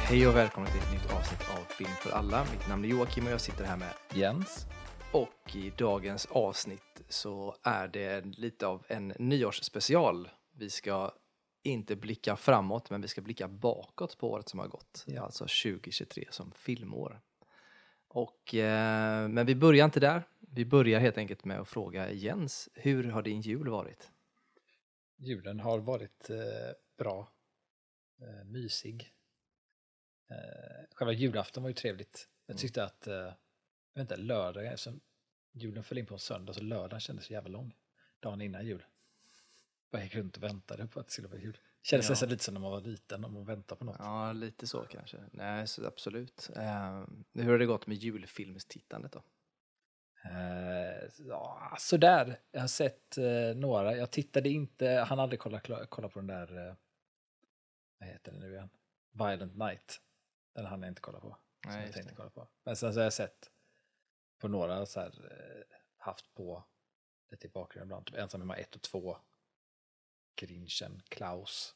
Hej och välkomna till ett nytt avsnitt av Film för alla. Mitt namn är Joakim och jag sitter här med Jens. Och i dagens avsnitt så är det lite av en nyårsspecial. Vi ska inte blicka framåt, men vi ska blicka bakåt på året som har gått. Ja. Alltså 2023 som filmår. Men vi börjar inte där. Vi börjar helt enkelt med att fråga Jens, hur har din jul varit? Julen har varit bra, mysig. Själva julafton var ju trevligt. Jag tyckte att, jag vet inte, lördagen, eftersom julen föll in på en söndag, så lördagen kändes så jävla lång. Dagen innan jul. Bara gick runt och väntade på att det skulle vara jul. Kändes nästan lite som när man var liten, om man väntar på något. Ja, lite så kanske. Nej, så absolut. Hur har det gått med julfilmstittandet då? Ja, sådär. Jag har sett några. Jag tittade inte, han aldrig kolla på den där, vad heter det nu igen? Violent Night. Den hann jag inte kolla på. Nej, jag tänkte kolla på. Men sen så har jag sett på några så här, haft på lite i bakgrunden ibland. Typ Ensam hemma 1 och 2. Grinchen, Klaus.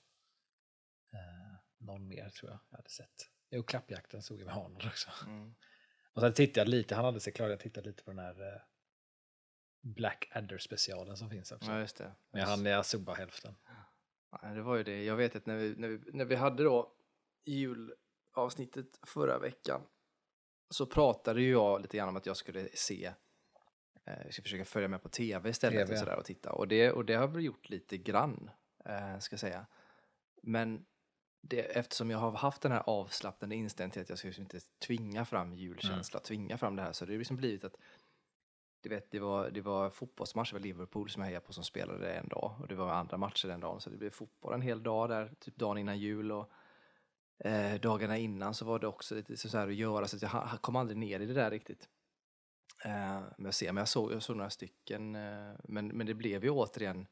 Någon mer tror jag hade sett. Jo, Klappjakten såg jag med Arnold också. Mm. Och sen tittade jag lite, han hade sig klar, jag tittade lite på den här Black Adder-specialen som finns också. Ja, just det. Men jag såg bara hälften. Ja, det var ju det. Jag vet att när vi hade då julavsnittet förra veckan så pratade ju jag lite grann om att jag skulle jag ska försöka följa med på tv istället och, sådär, och titta. Och det har vi gjort lite grann, ska jag säga. Men eftersom jag har haft den här avslappnande inställningen till att jag ska inte tvinga fram julkänsla, tvinga fram det här, så det har liksom blivit att du vet, det var fotbollsmatcher med Liverpool som jag hejade på som spelade en dag, och det var andra matcher den dagen, så det blev fotboll en hel dag där, typ dagen innan jul, och dagarna innan så var det också lite så här att göra, så att jag kom aldrig ner i det där riktigt. Men jag såg några stycken, men det blev ju återigen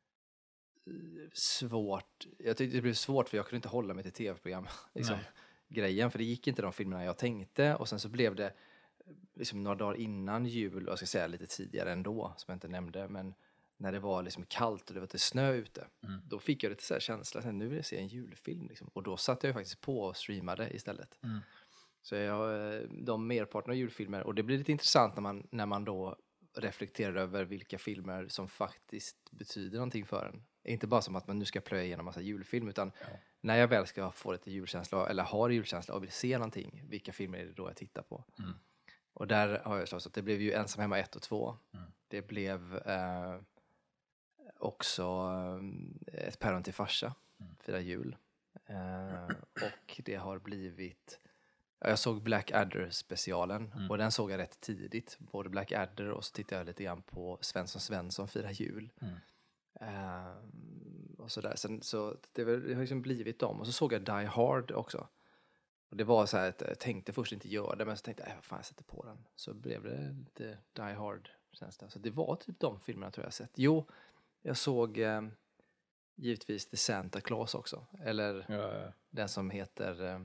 svårt. Jag tyckte det blev svårt för jag kunde inte hålla mig till tv-program liksom, grejen, för det gick inte de filmerna jag tänkte, och sen så blev det liksom några dagar innan jul, och jag ska säga lite tidigare ändå, som jag inte nämnde, men när det var liksom kallt och det var lite snö ute, då fick jag lite så här känsla, nu vill jag se en julfilm liksom. Och då satt jag faktiskt på och streamade istället. Så de merparten av julfilmer, och det blir lite intressant när man då reflekterar över vilka filmer som faktiskt betyder någonting för en. Inte bara som att man nu ska plöja igenom massa julfilm, utan när jag väl ska få lite julkänsla, eller har julkänsla och vill se någonting, vilka filmer är det då jag tittar på? Och där har jag slått att det blev ju Ensam hemma 1 och 2. Det blev också Ett päron till farsa, Fira jul. Och det har blivit, jag såg Black Adder-specialen, och den såg jag rätt tidigt. Både Black Adder, och så tittade jag lite grann på Svensson Fira jul. Och sådär. Så det har liksom blivit dem. Och så såg jag Die Hard också. Och det var så här att jag tänkte först inte göra det, men så tänkte jag, vad fan, jag sätter på den. Så blev det lite Die Hard känsla. Så det var typ de filmerna tror jag sett. Jo, jag såg givetvis The Santa Claus också. Eller den som heter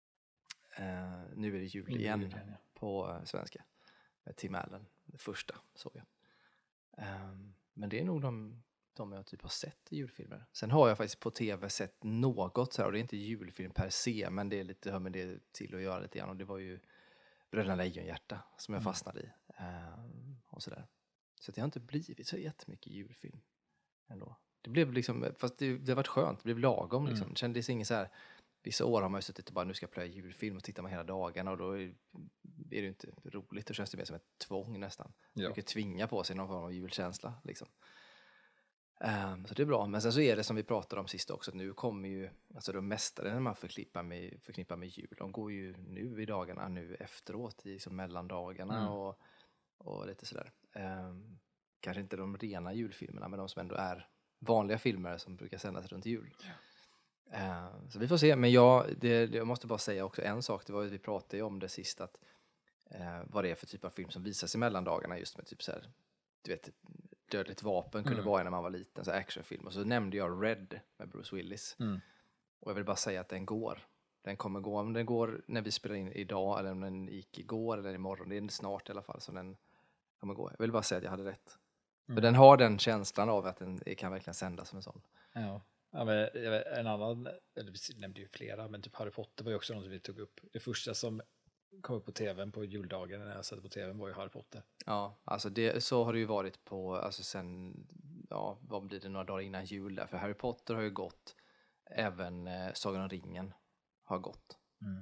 Nu är det jul igen, på svenska. Med Tim Allen, det första såg jag. Men det är nog de jag typ har sett i julfilmer. Sen har jag faktiskt på tv sett något så här, och det är inte julfilm per se, men det är lite, hör med det till att göra lite grann, och det var ju Bröderna Lejonhjärta som jag fastnade i. Och sådär. Så det har inte blivit så jättemycket julfilm ändå. Det blev liksom, fast det har varit skönt, det blev lagom liksom. Det kändes inget så här, vissa år har man ju suttit och bara, nu ska jag plöja julfilm, och tittar man hela dagarna, och då är det ju inte roligt. Det känns det mer som ett tvång nästan. Man kan tvinga på sig någon form av julkänsla liksom. Så det är bra, men sen så är det som vi pratade om sist också, att nu kommer ju, alltså de mästare när man förknippar med jul, de går ju nu i dagarna, nu efteråt, i liksom mellandagarna och lite sådär. Kanske inte de rena julfilmerna, men de som ändå är vanliga filmer som brukar sändas runt jul. Så vi får se, men jag måste bara säga också en sak, det var ju, vi pratade ju om det sist, att vad det är för typ av film som visas i mellandagarna, just med typ så här, du vet, Dödligt vapen kunde vara när man var liten, så actionfilm. Och så nämnde jag Red med Bruce Willis. Och jag vill bara säga att den går. Den kommer gå. Om den går när vi spelar in idag, eller om den gick igår eller imorgon. Det är snart i alla fall som den kommer gå. Jag vill bara säga att jag hade rätt. För den har den känslan av att den kan verkligen sändas som en sån. Ja. Ja, men en annan, eller vi nämnde ju flera, men typ Harry Potter var ju också något vi tog upp. Det första som kom upp på tvn på juldagen när jag satt på tvn var ju Harry Potter. Ja, alltså så har det ju varit på, alltså sen, ja, vad blir det, några dagar innan jul där, för Harry Potter har ju gått, även Sagan om ringen har gått.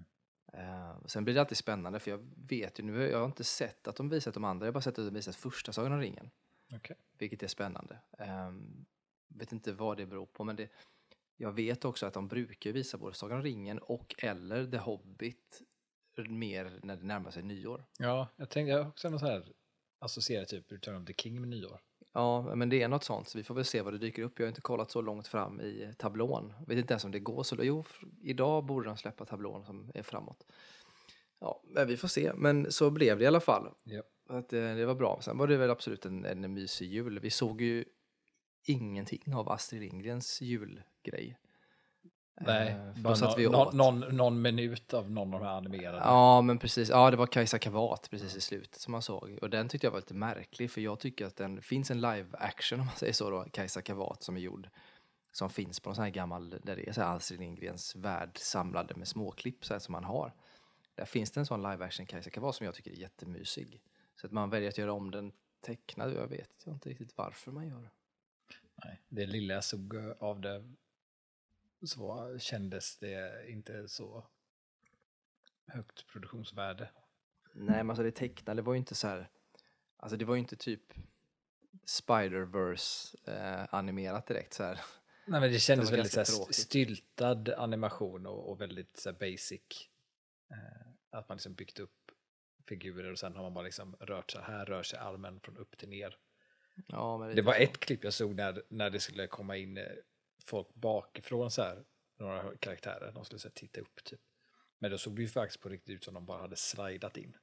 Sen blir det alltid spännande, för jag vet ju nu, jag har inte sett att de visat de andra, jag har bara sett att de visat första Sagan om ringen. Okay. Vilket är spännande. Vet inte vad det beror på, men jag vet också att de brukar visa både Sagan om ringen och eller The Hobbit mer när det närmar sig nyår. Ja, jag har också något så här associerat typ Return of the King med nyår. Ja, men det är något sånt, så vi får väl se vad det dyker upp. Jag har inte kollat så långt fram i tablån. Vet inte ens om det går så. Jo, idag borde de släppa tablån som är framåt. Ja, men vi får se. Men så blev det i alla fall. Yep. Att det var bra. Sen var det väl absolut en mysig jul. Vi såg ju ingenting av Astrid Lindgrens julgrej. Nej, bara någon minut av någon av de här animerade. Ja, men precis. Ja, det var Kajsa Kavat precis i slutet som man såg. Och den tyckte jag var lite märklig, för jag tycker att den finns en live action, om man säger så då, Kajsa Kavat som är gjord, som finns på någon sån här gammal, där det är så här Astrid Lindgrens värld samlade med småklipp så här som man har. Där finns det en sån live action Kajsa Kavat som jag tycker är jättemysig. Så att man väljer att göra om den tecknad, jag vet inte riktigt varför man gör det. Nej, det lilla jag såg av det så kändes det inte så högt produktionsvärde. Nej, men alltså det tecknade var ju inte så här, alltså det var ju inte typ Spider-Verse animerat direkt så här. Nej, men det kändes väldigt så här styltad animation och väldigt så här basic. Att man liksom byggt upp figurer och sen har man bara liksom rört sig, här rör sig armen från upp till ner. Ja, men det var ett klipp jag såg när det skulle komma in folk bakifrån så här, några karaktärer, de skulle så här, titta upp typ. Men då såg det ju faktiskt på riktigt ut som de bara hade slidat in.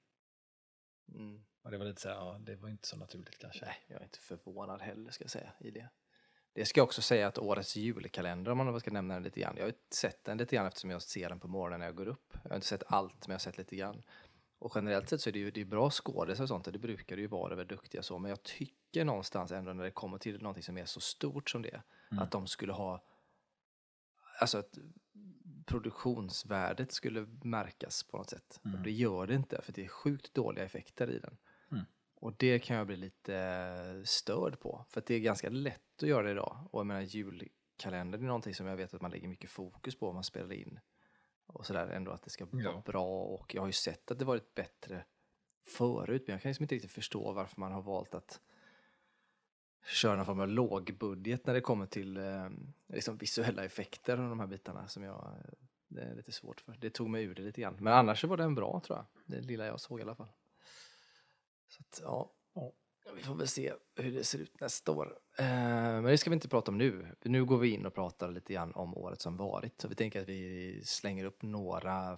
Och det var lite så här, ja, det var inte så naturligt kanske. Nej, jag är inte förvånad heller, ska jag säga, i det. Det ska jag också säga att årets julkalender, om man ska nämna den lite grann. Jag har sett den lite grann eftersom jag ser den på morgonen när jag går upp. Jag har inte sett allt, men jag har sett lite grann. Och generellt sett så är det ju bra skådespelare och sånt, och det brukar det ju vara, väldigt duktiga så. Men jag tycker någonstans ändå när det kommer till någonting som är så stort som det, att de skulle ha, alltså att produktionsvärdet skulle märkas på något sätt. Och det gör det inte, för det är sjukt dåliga effekter i den. Och det kan jag bli lite störd på, för att det är ganska lätt att göra det idag. Och jag menar, julkalendern är någonting som jag vet att man lägger mycket fokus på om man spelar in. Och sådär, ändå att det ska vara bra. Och jag har ju sett att det varit bättre förut, men jag kan liksom inte riktigt förstå varför man har valt att köra någon form av lågbudget när det kommer till liksom visuella effekter och de här bitarna som det är lite svårt för. Det tog mig ur det lite grann. Men annars så var den bra, tror jag. Det lilla jag såg i alla fall. Så att, ja, vi får väl se hur det ser ut nästa år. Men det ska vi inte prata om nu. Nu går vi in och pratar lite grann om året som varit. Så vi tänker att vi slänger upp några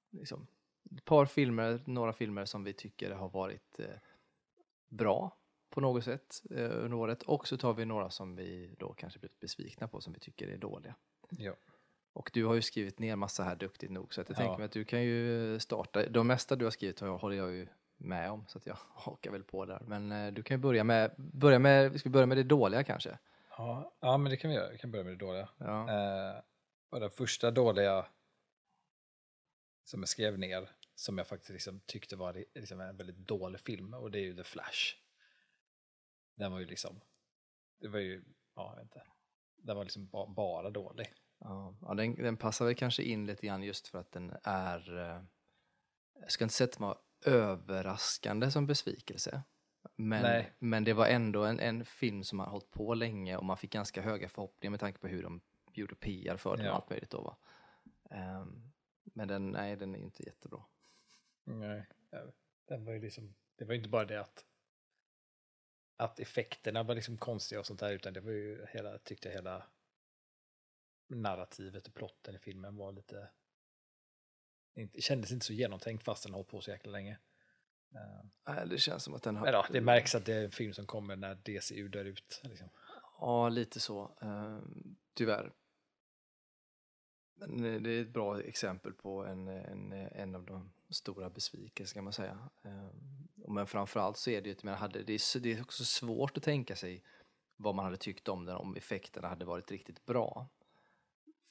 filmer som vi tycker har varit bra på något sätt under året. Och så tar vi några som vi då kanske blivit besvikna på, som vi tycker är dåliga. Ja. Och du har ju skrivit ner massa här duktigt nog, så att jag tänker mig att du kan ju starta. De mesta du har skrivit håller jag ju med om, så att jag hakar väl på där. Men du kan ju börja med, ska vi börja med det dåliga kanske? Ja, men det kan vi göra. Vi kan börja med det dåliga. Ja. Och den första dåliga som jag skrev ner, som jag faktiskt liksom tyckte var liksom en väldigt dålig film, och det är ju The Flash. Den var ju liksom, det var ju, jag vet inte, den var liksom bara dålig. Ja, den passar väl kanske in lite grann just för att den är, jag ska inte säga att den var överraskande som besvikelse. Men det var ändå en film som har hållit på länge, och man fick ganska höga förhoppningar med tanke på hur de gjorde PR för den och allt möjligt då, va? Men den är ju inte jättebra. Nej, den var ju liksom, det var ju inte bara det att effekterna var liksom konstiga och sånt där, utan det var ju hela narrativet och plotten i filmen var lite, kändes inte så genomtänkt fast den har hållit på så jäkla länge. Det känns som att den har... Men det märks att det är en film som kommer när DCU dör ut. Liksom. Ja, lite så. Tyvärr. Men det är ett bra exempel på en av de stora besvikelser, kan man säga. Men framförallt så är det ju, det är också svårt att tänka sig vad man hade tyckt om den om effekterna hade varit riktigt bra.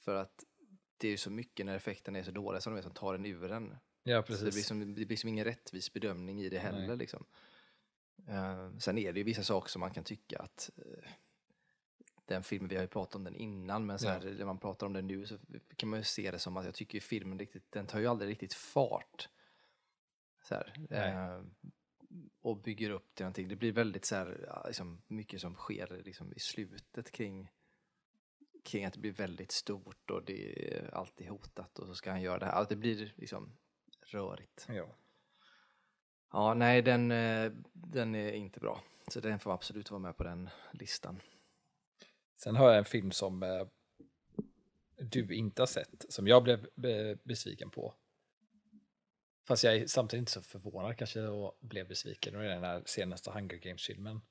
För att det är ju så mycket när effekten är så dåliga som de är som tar den ur den. Ja, Så det blir som ingen rättvis bedömning i det heller. Liksom. Sen är det ju vissa saker som man kan tycka att den filmen, vi har ju pratat om den innan, men så här, när man pratar om den nu så kan man ju se det som att jag tycker ju filmen den tar ju aldrig riktigt fart. Så här, och bygger upp till någonting. Det blir väldigt så här, liksom, mycket som sker liksom, i slutet kring att det blir väldigt stort och det är alltid hotat och så ska han göra det här. Alltså, det blir liksom rörigt. Ja, nej, den är inte bra. Så den får absolut vara med på den listan. Sen har jag en film som du inte har sett, som jag blev besviken på. Fast jag är samtidigt inte så förvånad kanske och blev besviken. Och det är den här senaste Hunger Games-filmen.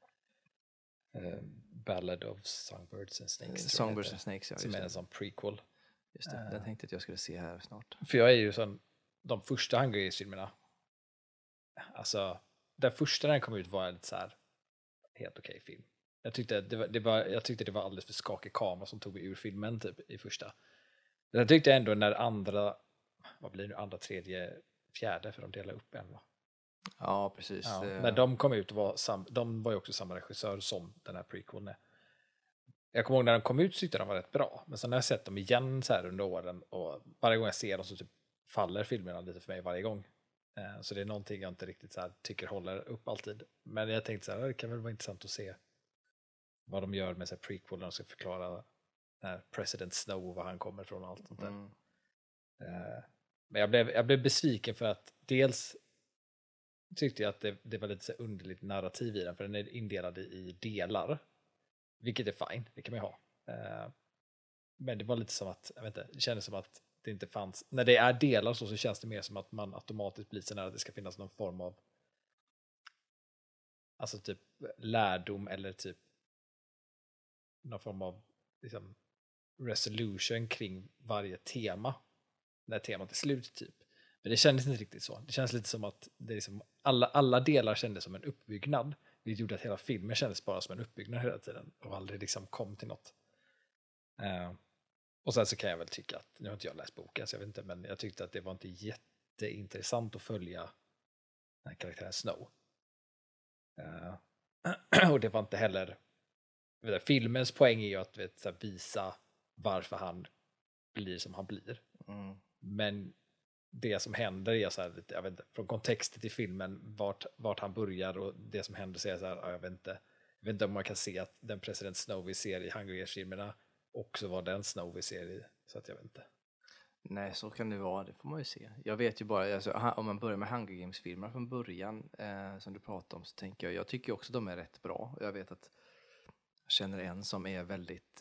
Ballad of Songbirds and Snakes. Songbirds and Snakes, ja. Som är en sån prequel. Just det, den tänkte att jag skulle se här snart. För jag är ju sån, de första Hunger Games-filmerna. Alltså, den första när den kom ut var en så här helt okej film. Jag tyckte det var alldeles för skakig kamera som tog mig ur filmen typ i första. Jag tyckte ändå när andra, vad blir det nu, andra, tredje, fjärde, för de delar upp en, va? Ja, precis. Ja, när de kom ut de var ju också samma regissör som den här prequeln. Jag kommer ihåg när de kom ut så tyckte de var rätt bra. Men sen har jag sett dem igen så här under åren och varje gång jag ser dem så typ faller filmerna lite för mig varje gång. Så det är någonting jag inte riktigt så här tycker håller upp alltid. Men jag tänkte så här, det kan väl vara intressant att se vad de gör med så här prequel när de ska förklara President Snow, var han kommer ifrån och allt sånt där. Men jag blev besviken för att dels tyckte jag att det var lite så underligt narrativ i den, för den är indelad i delar, vilket är fine, det kan man ju ha. Men det var lite som att, jag vet inte, det kändes som att det inte fanns, när det är delar så känns det mer som att man automatiskt blir så nära att det ska finnas någon form av, alltså typ lärdom eller typ någon form av liksom resolution kring varje tema när temat är slut typ. Men det kändes inte riktigt så. Det känns lite som att det liksom, alla delar kändes som en uppbyggnad. Det gjorde att hela filmen kändes bara som en uppbyggnad hela tiden och aldrig liksom kom till något. Och sen så kan jag väl tycka att, nu har inte jag läst boken så jag vet inte, men jag tyckte att det var inte jätteintressant att följa den här karaktären Snow. Och det var inte heller, filmens poäng är ju att så här, visa varför han blir som han blir. Men det som händer är så här, jag vet inte, från kontexten till filmen vart han börjar och det som händer så är så här, jag vet inte om man kan se att den President Snow vi ser i Hunger Games-filmerna också var den Snow vi ser i, så att jag vet inte. Nej, så kan det vara, det får man ju se. Jag vet ju bara, alltså, om man börjar med Hunger Games-filmerna från början, som du pratade om, så tänker jag tycker också de är rätt bra. Jag vet att jag känner en som är väldigt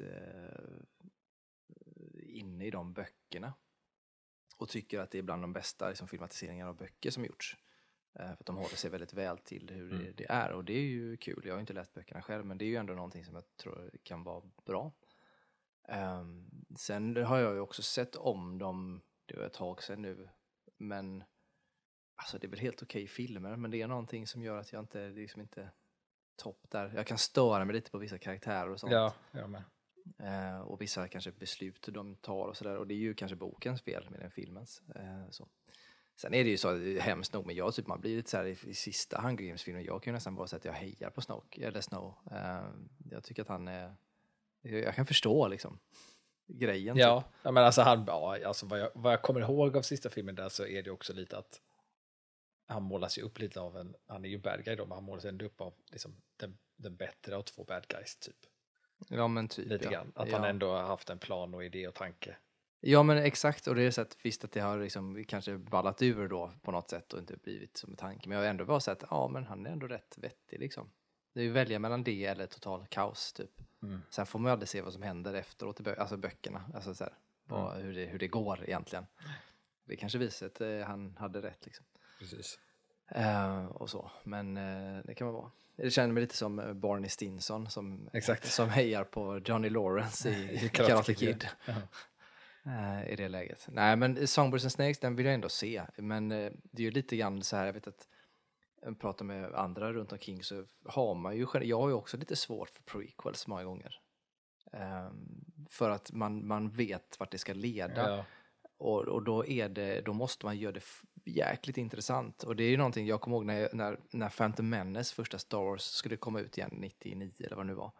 inne i de böckerna och tycker att det är bland de bästa liksom, filmatiseringar av böcker som gjorts. För att de håller sig väldigt väl till hur det är, och det är ju kul. Jag har inte läst böckerna själv, men det är ju ändå någonting som jag tror kan vara bra. Sen har jag ju också sett om dem, det var ett tag sedan nu, men alltså det är väl helt okej filmer, men det är någonting som gör att jag inte, liksom inte topp där. Jag kan störa mig lite på vissa karaktärer och sånt. Ja, jag med. Och vissa kanske beslut de tar och sådär, och det är ju kanske bokens fel med den filmens. Så. Sen är det ju så, hemskt nog, men jag typ, man blir lite så här i sista Hunger Games-filmen, jag kan ju nästan bara säga att jag hejar på Snow. Jag tycker att han är, jag kan förstå liksom grejen. Ja, typ. ja men alltså alltså vad jag kommer ihåg av sista filmen där, så är det också lite att han målas ju upp lite av han är ju bad guy då, men han målas ändå upp av liksom den bättre av två bad guys typ. Ja, men typ. Lite grann. Att han ändå har haft en plan och idé och tanke. Ja, men exakt. Och det är så att visst att det har liksom kanske ballat ur då på något sätt och inte blivit som en tanke. Men jag har ändå bara sett, ja men han är ändå rätt vettig liksom. Det är ju välja mellan det eller total kaos typ. Sen får man ju aldrig se vad som händer efteråt i alltså böckerna. Alltså så här, hur det går egentligen. Det kanske visar att han hade rätt liksom. Precis. Och så. Men det kan man vara. Det känner mig lite som Barney Stinson som hejar på Johnny Lawrence i Karate Kid. I det läget. Nej, men Songbirds and Snakes, den vill jag ändå se. Men det är ju lite grann så här, jag vet att jag pratar med andra runt omkring, så har man ju, jag har ju också lite svårt för prequels många gånger. för att man vet vart det ska leda. Ja. Och då måste man göra det jäkligt intressant. Och det är ju någonting jag kommer ihåg när Phantom Menace, första Star Wars, skulle komma ut igen 99 eller vad det nu var.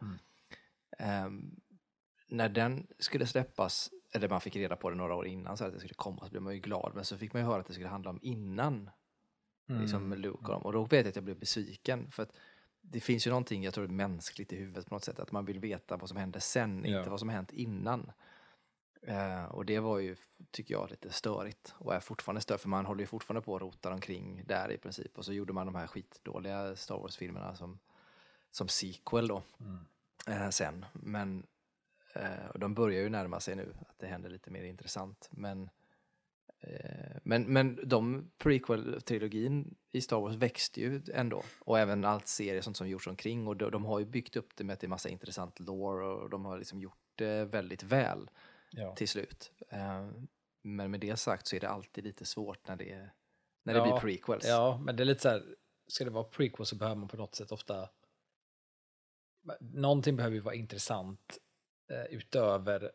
När den skulle släppas, eller man fick reda på det några år innan så att det skulle komma, så blev man ju glad. Men så fick man ju höra att det skulle handla om innan liksom Luke och dem. Och då vet jag att jag blev besviken. För att det finns ju någonting, jag tror, mänskligt i huvudet på något sätt. Att man vill veta vad som hände sen, inte vad som hänt innan. Och det var ju, tycker jag, lite störigt. Och är fortfarande störigt, för man håller ju fortfarande på att rota omkring där i princip. Och så gjorde man de här skitdåliga Star Wars-filmerna som sequel då. Sen. Men och de börjar ju närma sig nu, att det händer lite mer intressant. Men de prequel-trilogin i Star Wars växte ju ändå. Och även allt serier sånt som gjorts omkring. Och de har ju byggt upp det med att det är massa intressant lore. Och de har liksom gjort det väldigt väl till slut. Men med det sagt så är det alltid lite svårt när det blir prequels. Ja, men det är lite så här, ska det vara prequels så behöver man på något sätt ofta, någonting behöver ju vara intressant utöver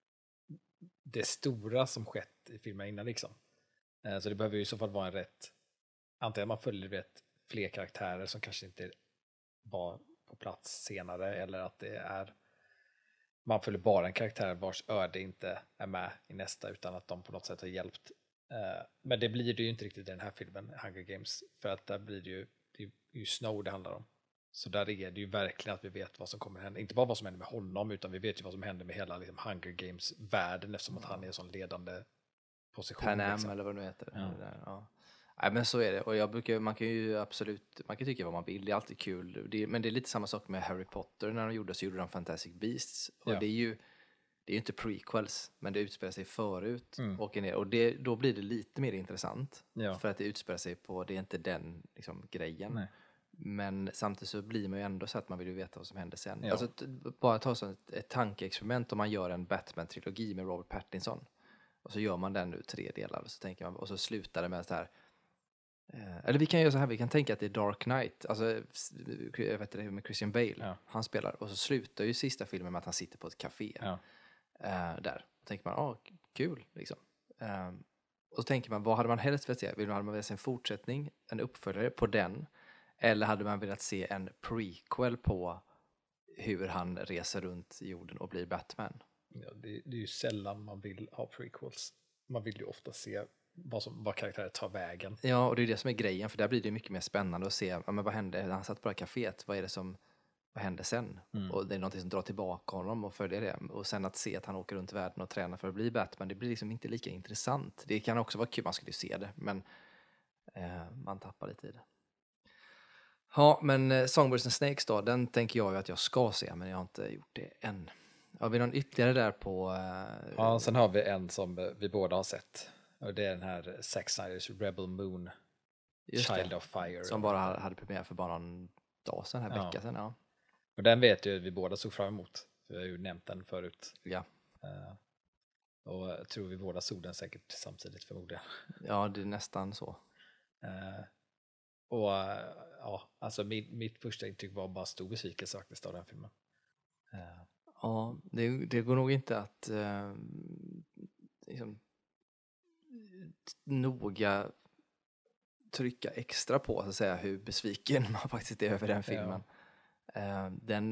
det stora som skett i filmen innan liksom. Så det behöver ju i så fall vara en rätt, antingen man följer fler karaktärer som kanske inte var på plats senare, eller att det är man följer bara en karaktär vars öde inte är med i nästa, utan att de på något sätt har hjälpt. Men det blir det ju inte riktigt i den här filmen, Hunger Games, för att där blir det är ju Snow det handlar om. Så där är det ju verkligen att vi vet vad som kommer hända. Inte bara vad som händer med honom, utan vi vet ju vad som händer med hela liksom, Hunger Games-världen, eftersom att han är en sån ledande position. Pan Am liksom. eller vad det nu heter. Ja. Nej, men så är det. Och man kan ju absolut, man kan tycka vad man vill. Det är alltid kul. Men det är lite samma sak med Harry Potter. När så gjorde de Fantastic Beasts. Och det är ju inte prequels, men det utspelar sig förut. Och då blir det lite mer intressant. Ja. För att det utspelar sig det är inte den liksom, grejen. Nej. Men samtidigt så blir man ju ändå så att man vill ju veta vad som händer sen. Ja. Alltså, bara ta så ett tankeexperiment om man gör en Batman-trilogi med Robert Pattinson. Och så gör man den nu 3 delar. Och så tänker man, och så slutar det med så här. Eller vi kan göra så här, vi kan tänka att det är Dark Knight. Alltså, jag vet det med Christian Bale. Ja. Han spelar. Och så slutar ju sista filmen med att han sitter på ett café. Ja. Där. Då tänker man, kul liksom. Och så tänker man, vad hade man helst velat se? Hade man velat se en fortsättning, en uppföljare på den? Eller hade man velat se en prequel på hur han reser runt jorden och blir Batman? Ja, det är ju sällan man vill ha prequels. Man vill ju ofta se vad karaktärer tar vägen. Ja, och det är det som är grejen, för där blir det mycket mer spännande att se, men vad hände? Han satt på det här kaféet, vad hände sen? Och det är någonting som drar tillbaka honom och följer det. Och sen att se att han åker runt världen och tränar för att bli Batman, det blir liksom inte lika intressant. Det kan också vara kul, man skulle ju se det, men man tappar lite i det. Ja, men Songbirds and Snakes då, den tänker jag ju att jag ska se, men jag har inte gjort det än. Har vi någon ytterligare där på... Ja, sen har vi en som vi båda har sett. Och det är den här Zack Snyders Rebel Moon, Child of Fire. Som bara hade premiär för bara någon dag sedan, vecka sedan. Ja. Och den vet ju vi båda såg fram emot. Vi har ju nämnt den förut. Ja. Och jag tror vi båda såg den säkert samtidigt förmodligen. Ja, det är nästan så. Och alltså mitt första intryck var bara stor besvikelse faktiskt av den filmen. Ja, det går nog inte att liksom, noga trycka extra på så att säga hur besviken man faktiskt är över den filmen. Ja.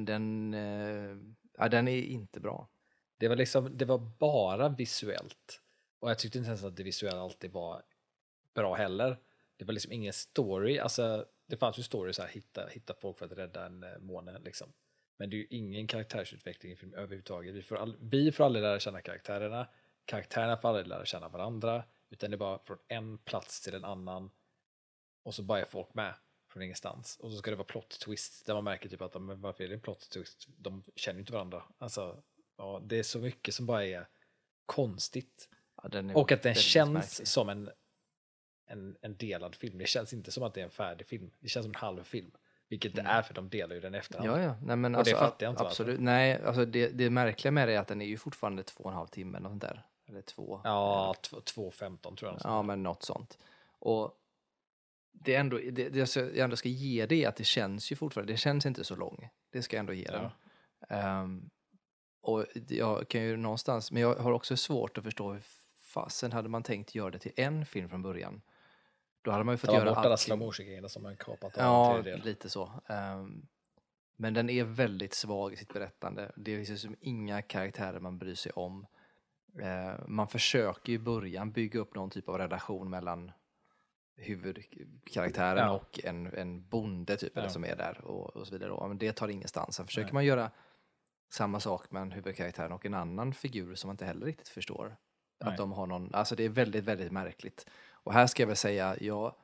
Den är inte bra. Det var bara visuellt. Och jag tyckte inte ens att det visuella alltid var bra heller. Det var liksom ingen story. Alltså, det fanns ju story så här, hitta folk för att rädda en måne liksom. Men det är ju ingen karaktärsutveckling i film överhuvudtaget. Vi får aldrig lära känna karaktärerna. Karaktärerna får aldrig lära känna varandra. Utan det är bara från en plats till en annan. Och så bara är folk med från ingenstans. Och så ska det vara plot twist där man märker typ att varför är det en plot twist? De känner inte varandra. Alltså, det är så mycket som bara är konstigt. Ja, och att den känns märklig. Som en delad film. Det känns inte som att det är en färdig film. Det känns som en halv film. Vilket det är, för de delar ju den efterhand. Ja. Nej, men och alltså, det fattar jag inte. Absolut. Varför. Nej, alltså det märkliga med det är att den är ju fortfarande 2,5 timmar eller något där. Eller 2. Ja, 2:15 tror jag. Ja, men något sånt. Och det är ändå, jag ändå ska ge det att det känns ju fortfarande, det känns inte så lång. Det ska jag ändå ge den. Och jag kan ju någonstans, men jag har också svårt att förstå hur fasen hade man tänkt göra det till en film från början. Då hade man ju fått Ta göra bort alla allting. slow motion grejerna som man kapat av en Ja, tredjedel. lite så. Men den är väldigt svag i sitt berättande. Det finns som inga karaktärer man bryr sig om. Man försöker i början bygga upp någon typ av relation mellan huvudkaraktären och en bonde typ, eller som är där och så vidare. Då. Men det tar ingenstans. Sen försöker man göra samma sak med en huvudkaraktären och en annan figur som man inte heller riktigt förstår. Att de har någon, alltså det är väldigt, väldigt märkligt. Och här ska jag väl säga,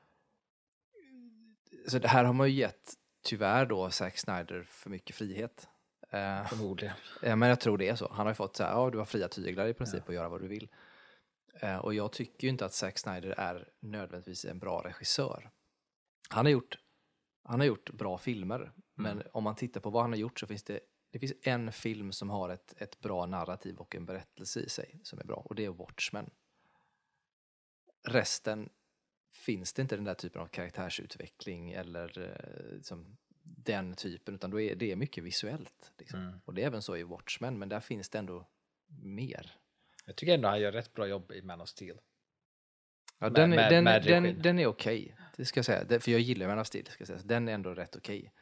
så det här har man ju gett tyvärr då Zack Snyder för mycket frihet. Förmodligen. Men jag tror det är så. Han har ju fått så här, du har fria tyglar i princip att göra vad du vill. Och jag tycker ju inte att Zack Snyder är nödvändigtvis en bra regissör. Han har gjort bra filmer, men om man tittar på vad han har gjort så finns det finns en film som har ett bra narrativ och en berättelse i sig som är bra, och det är Watchmen. Resten finns det inte den där typen av karaktärsutveckling eller liksom den typen, utan det är mycket visuellt. Liksom. Och det är även så i Watchmen, men där finns det ändå mer. Jag tycker ändå han gör rätt bra jobb i Man of Steel. Ja, den är okej, det ska jag säga. För jag gillar Man of Steel, ska jag säga. Den är ändå rätt okej.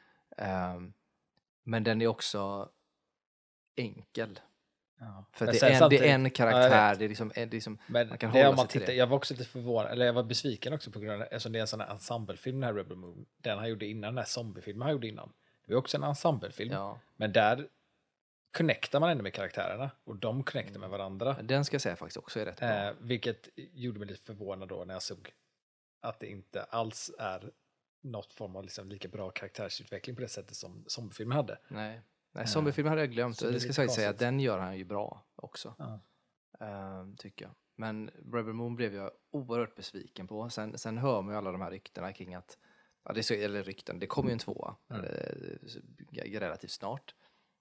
Men den är också enkel. Ja. För att det är en karaktär, det är liksom men man kan det hålla om man sig till tittar, det. Jag var också lite förvånad, eller jag var besviken också på grund av, eftersom det är en sån här ensemblefilm, den här Rebel Moon, den han gjorde innan, den här zombiefilmen han gjorde innan. Det var också en ensemblefilm, men där connectar man ändå med karaktärerna, och de connectar med varandra. Den ska jag säga faktiskt också är rätt bra. Vilket gjorde mig lite förvånad då när jag såg att det inte alls är något form av liksom lika bra karaktärsutveckling på det sättet som zombiefilmen hade. Nej, zombiefilmen hade jag glömt. Det ska jag säga att den gör han ju bra också. Tycker jag. Men Rebel Moon blev jag oerhört besviken på. Sen hör man ju alla de här ryktena kring att, eller rykten, det kommer ju en 2 relativt snart.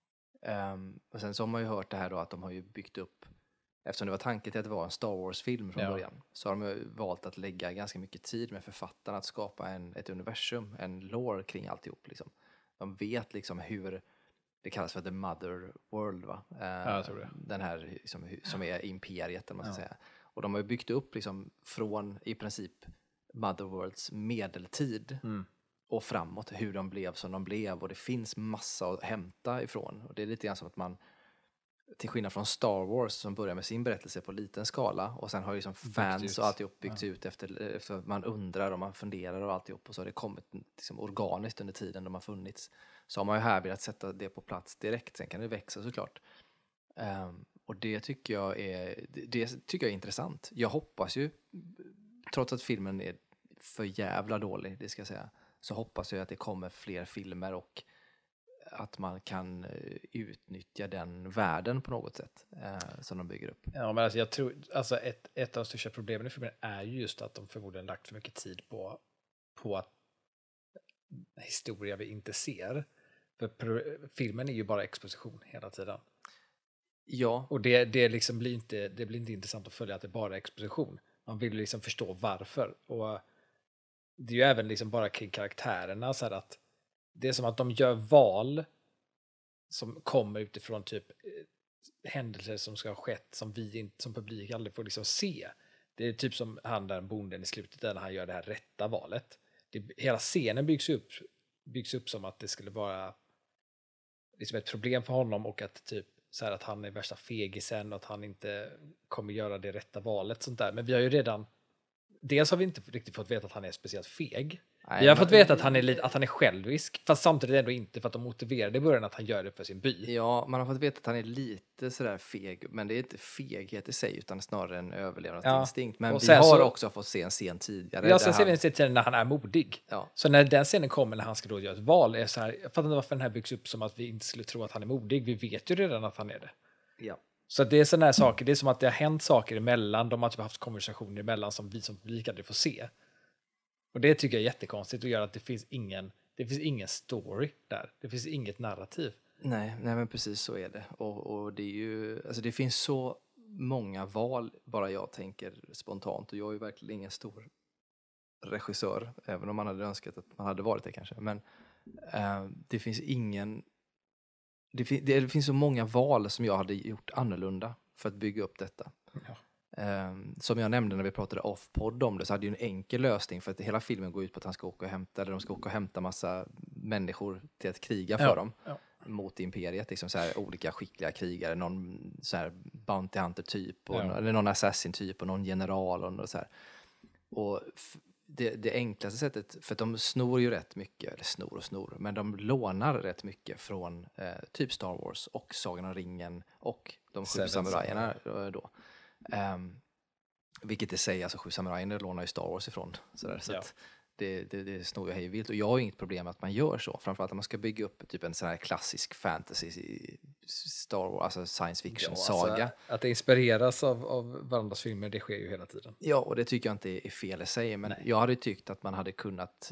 Och sen så har man ju hört det här då att de har ju byggt upp, eftersom det var tanken till att det var en Star Wars-film från början, så har de ju valt att lägga ganska mycket tid med författarna att skapa ett universum, en lore kring alltihop. Liksom. De vet liksom hur, det kallas för The Mother World, va? Jag tror det. Den här liksom, som är imperiet, man ska säga. Och de har ju byggt upp liksom, från i princip Mother Worlds medeltid och framåt, hur de blev som de blev, och det finns massa att hämta ifrån. Och det är lite grann som att man, till skillnad från Star Wars som börjar med sin berättelse på liten skala och sen har ju liksom fans och alltihop byggts ut efter att man undrar och man funderar och alltihop, och så har det kommit liksom organiskt under tiden de har funnits. Så har man ju här velat sätta det på plats direkt, sen kan det växa såklart. Och det tycker jag är intressant. Jag hoppas ju, trots att filmen är för jävla dålig, det ska jag säga, så hoppas jag att det kommer fler filmer och att man kan utnyttja den världen på något sätt som de bygger upp. Ja, men alltså jag tror, alltså ett av de största problemen i filmen är ju just att de förmodligen lagt för mycket tid på att historia vi inte ser. För filmen är ju bara exposition hela tiden. Ja. Och det liksom blir inte intressant att följa att det bara är exposition. Man vill liksom förstå varför. Och det är ju även liksom bara kring karaktärerna så här att det är som att de gör val som kommer utifrån typ händelser som ska ha skett som vi inte, som publik aldrig får liksom se. Det är typ som han där bonden i slutet där när han gör det här rätta valet. Hela scenen byggs upp som att det skulle vara liksom ett problem för honom, och att typ så här att han är värsta fegisen och att han inte kommer göra det rätta valet sånt där. Men vi har ju redan, dels har vi inte riktigt fått veta att han är speciellt feg. Nej, vi har fått veta att han är självisk, fast samtidigt ändå inte, för att de motiverade i början att han gör det för sin by. Ja, man har fått veta att han är lite sådär feg, men det är inte feghet i sig utan snarare en överlevnadsinstinkt. Men vi har också fått se en scen tidigare. Ja, sen ser vi en scen tidigare när han är modig. Ja. Så när den scenen kommer när han ska då göra ett val, är så här, jag fattar inte varför den här byggs upp som att vi inte skulle tro att han är modig. Vi vet ju redan att han är det. Ja. Så det är sådana här saker, det är som att det har hänt saker emellan, de har typ haft konversationer emellan som vi som publik aldrig får se. Och det tycker jag är jättekonstigt och gör att det finns ingen story där. Det finns inget narrativ. Nej, men precis så är det. Och det är ju, alltså det finns så många val, bara jag tänker spontant, och jag är ju verkligen ingen stor regissör, även om man hade önskat att man hade varit det kanske. Men det finns ingen det finns så många val som jag hade gjort annorlunda för att bygga upp detta. Ja. Som jag nämnde när vi pratade off-podd om det, så hade ju en enkel lösning, för att hela filmen går ut på att han ska åka och hämta, eller de ska åka och hämta massa människor till att kriga för dem mot imperiet, liksom så här olika skickliga krigare, någon så här bounty hunter typ eller någon assassin typ och någon general och så här. Och det enklaste sättet, för att de snor ju rätt mycket, eller snor, men de lånar rätt mycket från typ Star Wars och Sagan om ringen och de 7 samurajerna då. Vilket det säger, alltså 7 samurajerna lånar ju Star Wars ifrån. Så att det snor ju hej vilt. Och jag har ju inget problem med att man gör så. Framförallt om man ska bygga upp typ en sån här klassisk fantasy Star Wars, alltså science fiction saga. Alltså, att det inspireras av varandras filmer, det sker ju hela tiden. Ja, och det tycker jag inte är fel i sig. Men jag hade tyckt att man hade kunnat,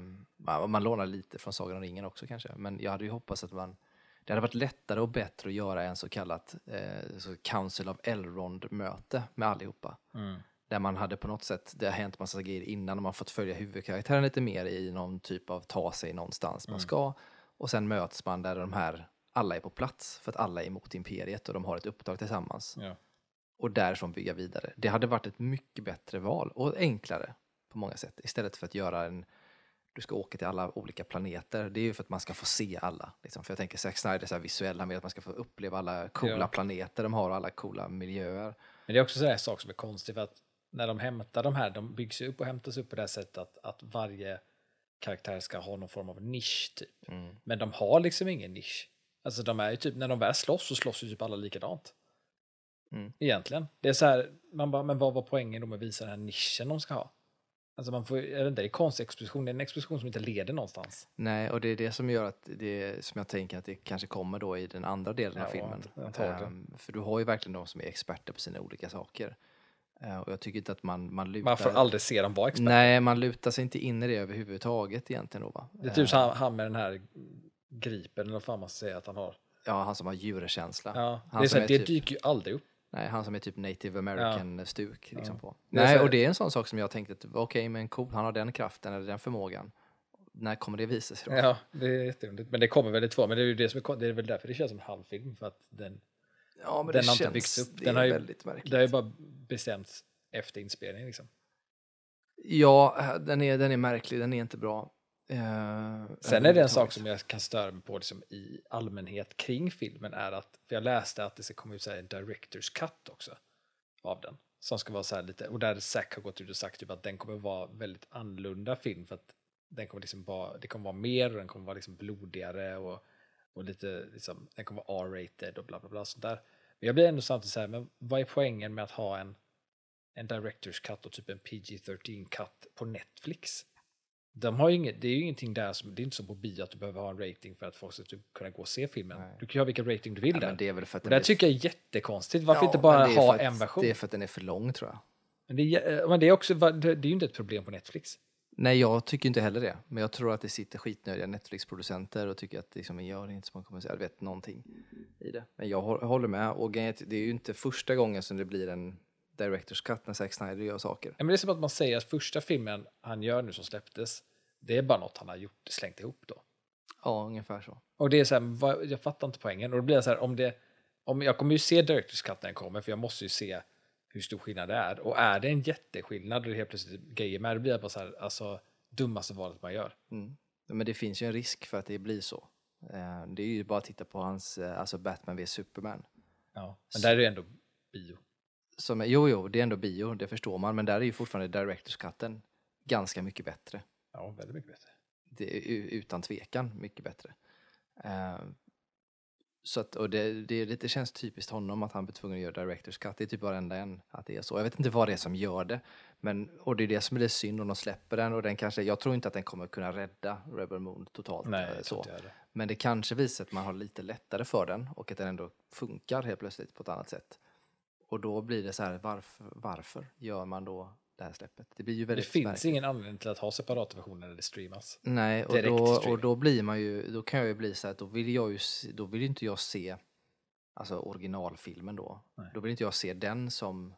man lånar lite från Sagan om ringen också kanske. Men jag hade ju hoppats att det hade varit lättare och bättre att göra en så kallat Council of Elrond-möte med allihopa. Där man hade på något sätt, det har hänt massa grejer innan och man fått följa huvudkaraktären lite mer i någon typ av ta sig någonstans man ska. Och sen möts man där de här, alla är på plats för att alla är emot imperiet och de har ett uppdrag tillsammans. Ja. Och därifrån bygga vidare. Det hade varit ett mycket bättre val och enklare på många sätt. Istället för att göra du ska åka till alla olika planeter. Det är ju för att man ska få se alla. Liksom. För jag tänker Zack Snyder är så här visuell. Han vill att man ska få uppleva alla coola planeter de har och alla coola miljöer. Men det är också en sak som är konstig, för att när de hämtar de här, de byggs upp och hämtas upp på det här sättet att varje karaktär ska ha någon form av nisch typ. Men de har liksom ingen nisch. Alltså de är ju typ, när de väl slåss så slåss ju typ alla likadant. Egentligen. Det är så här, man bara, men vad var poängen då med att visa den här nischen de ska ha? Alltså man får, jag vet inte, det är konstig exposition, det är en exposition som inte leder någonstans. Nej, och det är det som gör att det som jag tänker att det kanske kommer då i den andra delen av filmen. För du har ju verkligen de som är experter på sina olika saker. Och jag tycker inte att man lutar... Man får aldrig se dem vara experter. Nej, man lutar sig inte in i det överhuvudtaget egentligen då, va? Det är typ han med den här gripen, eller vad fan man ska säga att han har. Ja, han som har djurkänsla. Ja, Han det är som så, det dyker ju aldrig upp. Nej, han som är typ native american-stuk liksom på. Nej, och det är en sån sak som jag tänkte att okej, men cool, han har den kraften eller den förmågan. När kommer det visa sig då? Ja, det är jätteunderligt. Men det kommer väl i 2, men det är ju det som det är väl därför det känns som en halvfilm, för att den men den det har inte känns, byggts upp. Det Den är har ju, väldigt märkligt. det har ju bara bestämts efter inspelningen liksom. Ja, den är märklig, den är inte bra. Sen är det en sak som jag kan störa mig på liksom, i allmänhet kring filmen, är att, för jag läste att det ska komma ut så här, en director's cut också av den, som ska vara så här lite, och där Zack har gått ut och sagt typ att den kommer vara väldigt annorlunda film, för att den kommer liksom det kommer vara mer, och den kommer vara liksom blodigare och lite liksom, den kommer vara R-rated och bla bla bla sånt där. Men jag blir ändå samtidigt så här, men vad är poängen med att ha en director's cut och typ en PG-13 cut på Netflix? De har ju det är ju ingenting där som, det är inte som på bio att du behöver ha en rating för att folk ska typ kunna gå och se filmen. Nej. Du kan ju ha vilken rating du vill där. Det är väl för att och det tycker jag är jättekonstigt. Varför inte bara ha en version? Det är för att den är för lång, tror jag. Men det är också, det är ju inte ett problem på Netflix. Nej, jag tycker inte heller det. Men jag tror att det sitter skitnödiga Netflix-producenter och tycker att liksom, gör inte som man kommer att säga, jag vet någonting i det. Men jag håller med. Och det är ju inte första gången som det blir en director's cut när Zack Snyder gör saker. Men det är som att man säger att första filmen han gör nu som släpptes, det är bara något han har slängt ihop då. Ja, ungefär så. Och det är så här, jag fattar inte poängen. Och då blir det så här, om jag kommer ju se director's cut när den kommer, för jag måste ju se hur stor skillnad det är. Och är det en jätteskillnad och det är helt plötsligt grejer med, det blir bara så här, alltså dummaste valet man gör. Men det finns ju en risk för att det blir så. Det är ju bara att titta på hans, alltså Batman vs Superman. Ja, men där är det ändå bio. Jo, det är ändå bio, det förstår man. Men där är ju fortfarande director's cutten ganska mycket bättre. Ja, väldigt mycket bättre. Det är utan tvekan mycket bättre. Så att, och det känns typiskt honom att han blir tvungen att göra director's cut. Det är typ varenda en att det är så. Jag vet inte vad det är som gör det. Och det är det som är det synd om de släpper den. Och den kanske, jag tror inte att den kommer kunna rädda Rebel Moon totalt. Nej, så. Men det kanske visar att man har lite lättare för den. Och att den ändå funkar helt plötsligt på ett annat sätt. Och då blir det så här, varför gör man då det här släppet? Det blir ju väldigt det finns ingen anledning till att ha separata versioner när det streamas. Nej, och då blir man ju, då kan jag ju bli så att då vill inte jag se alltså originalfilmen då. Nej. Då vill inte jag se den som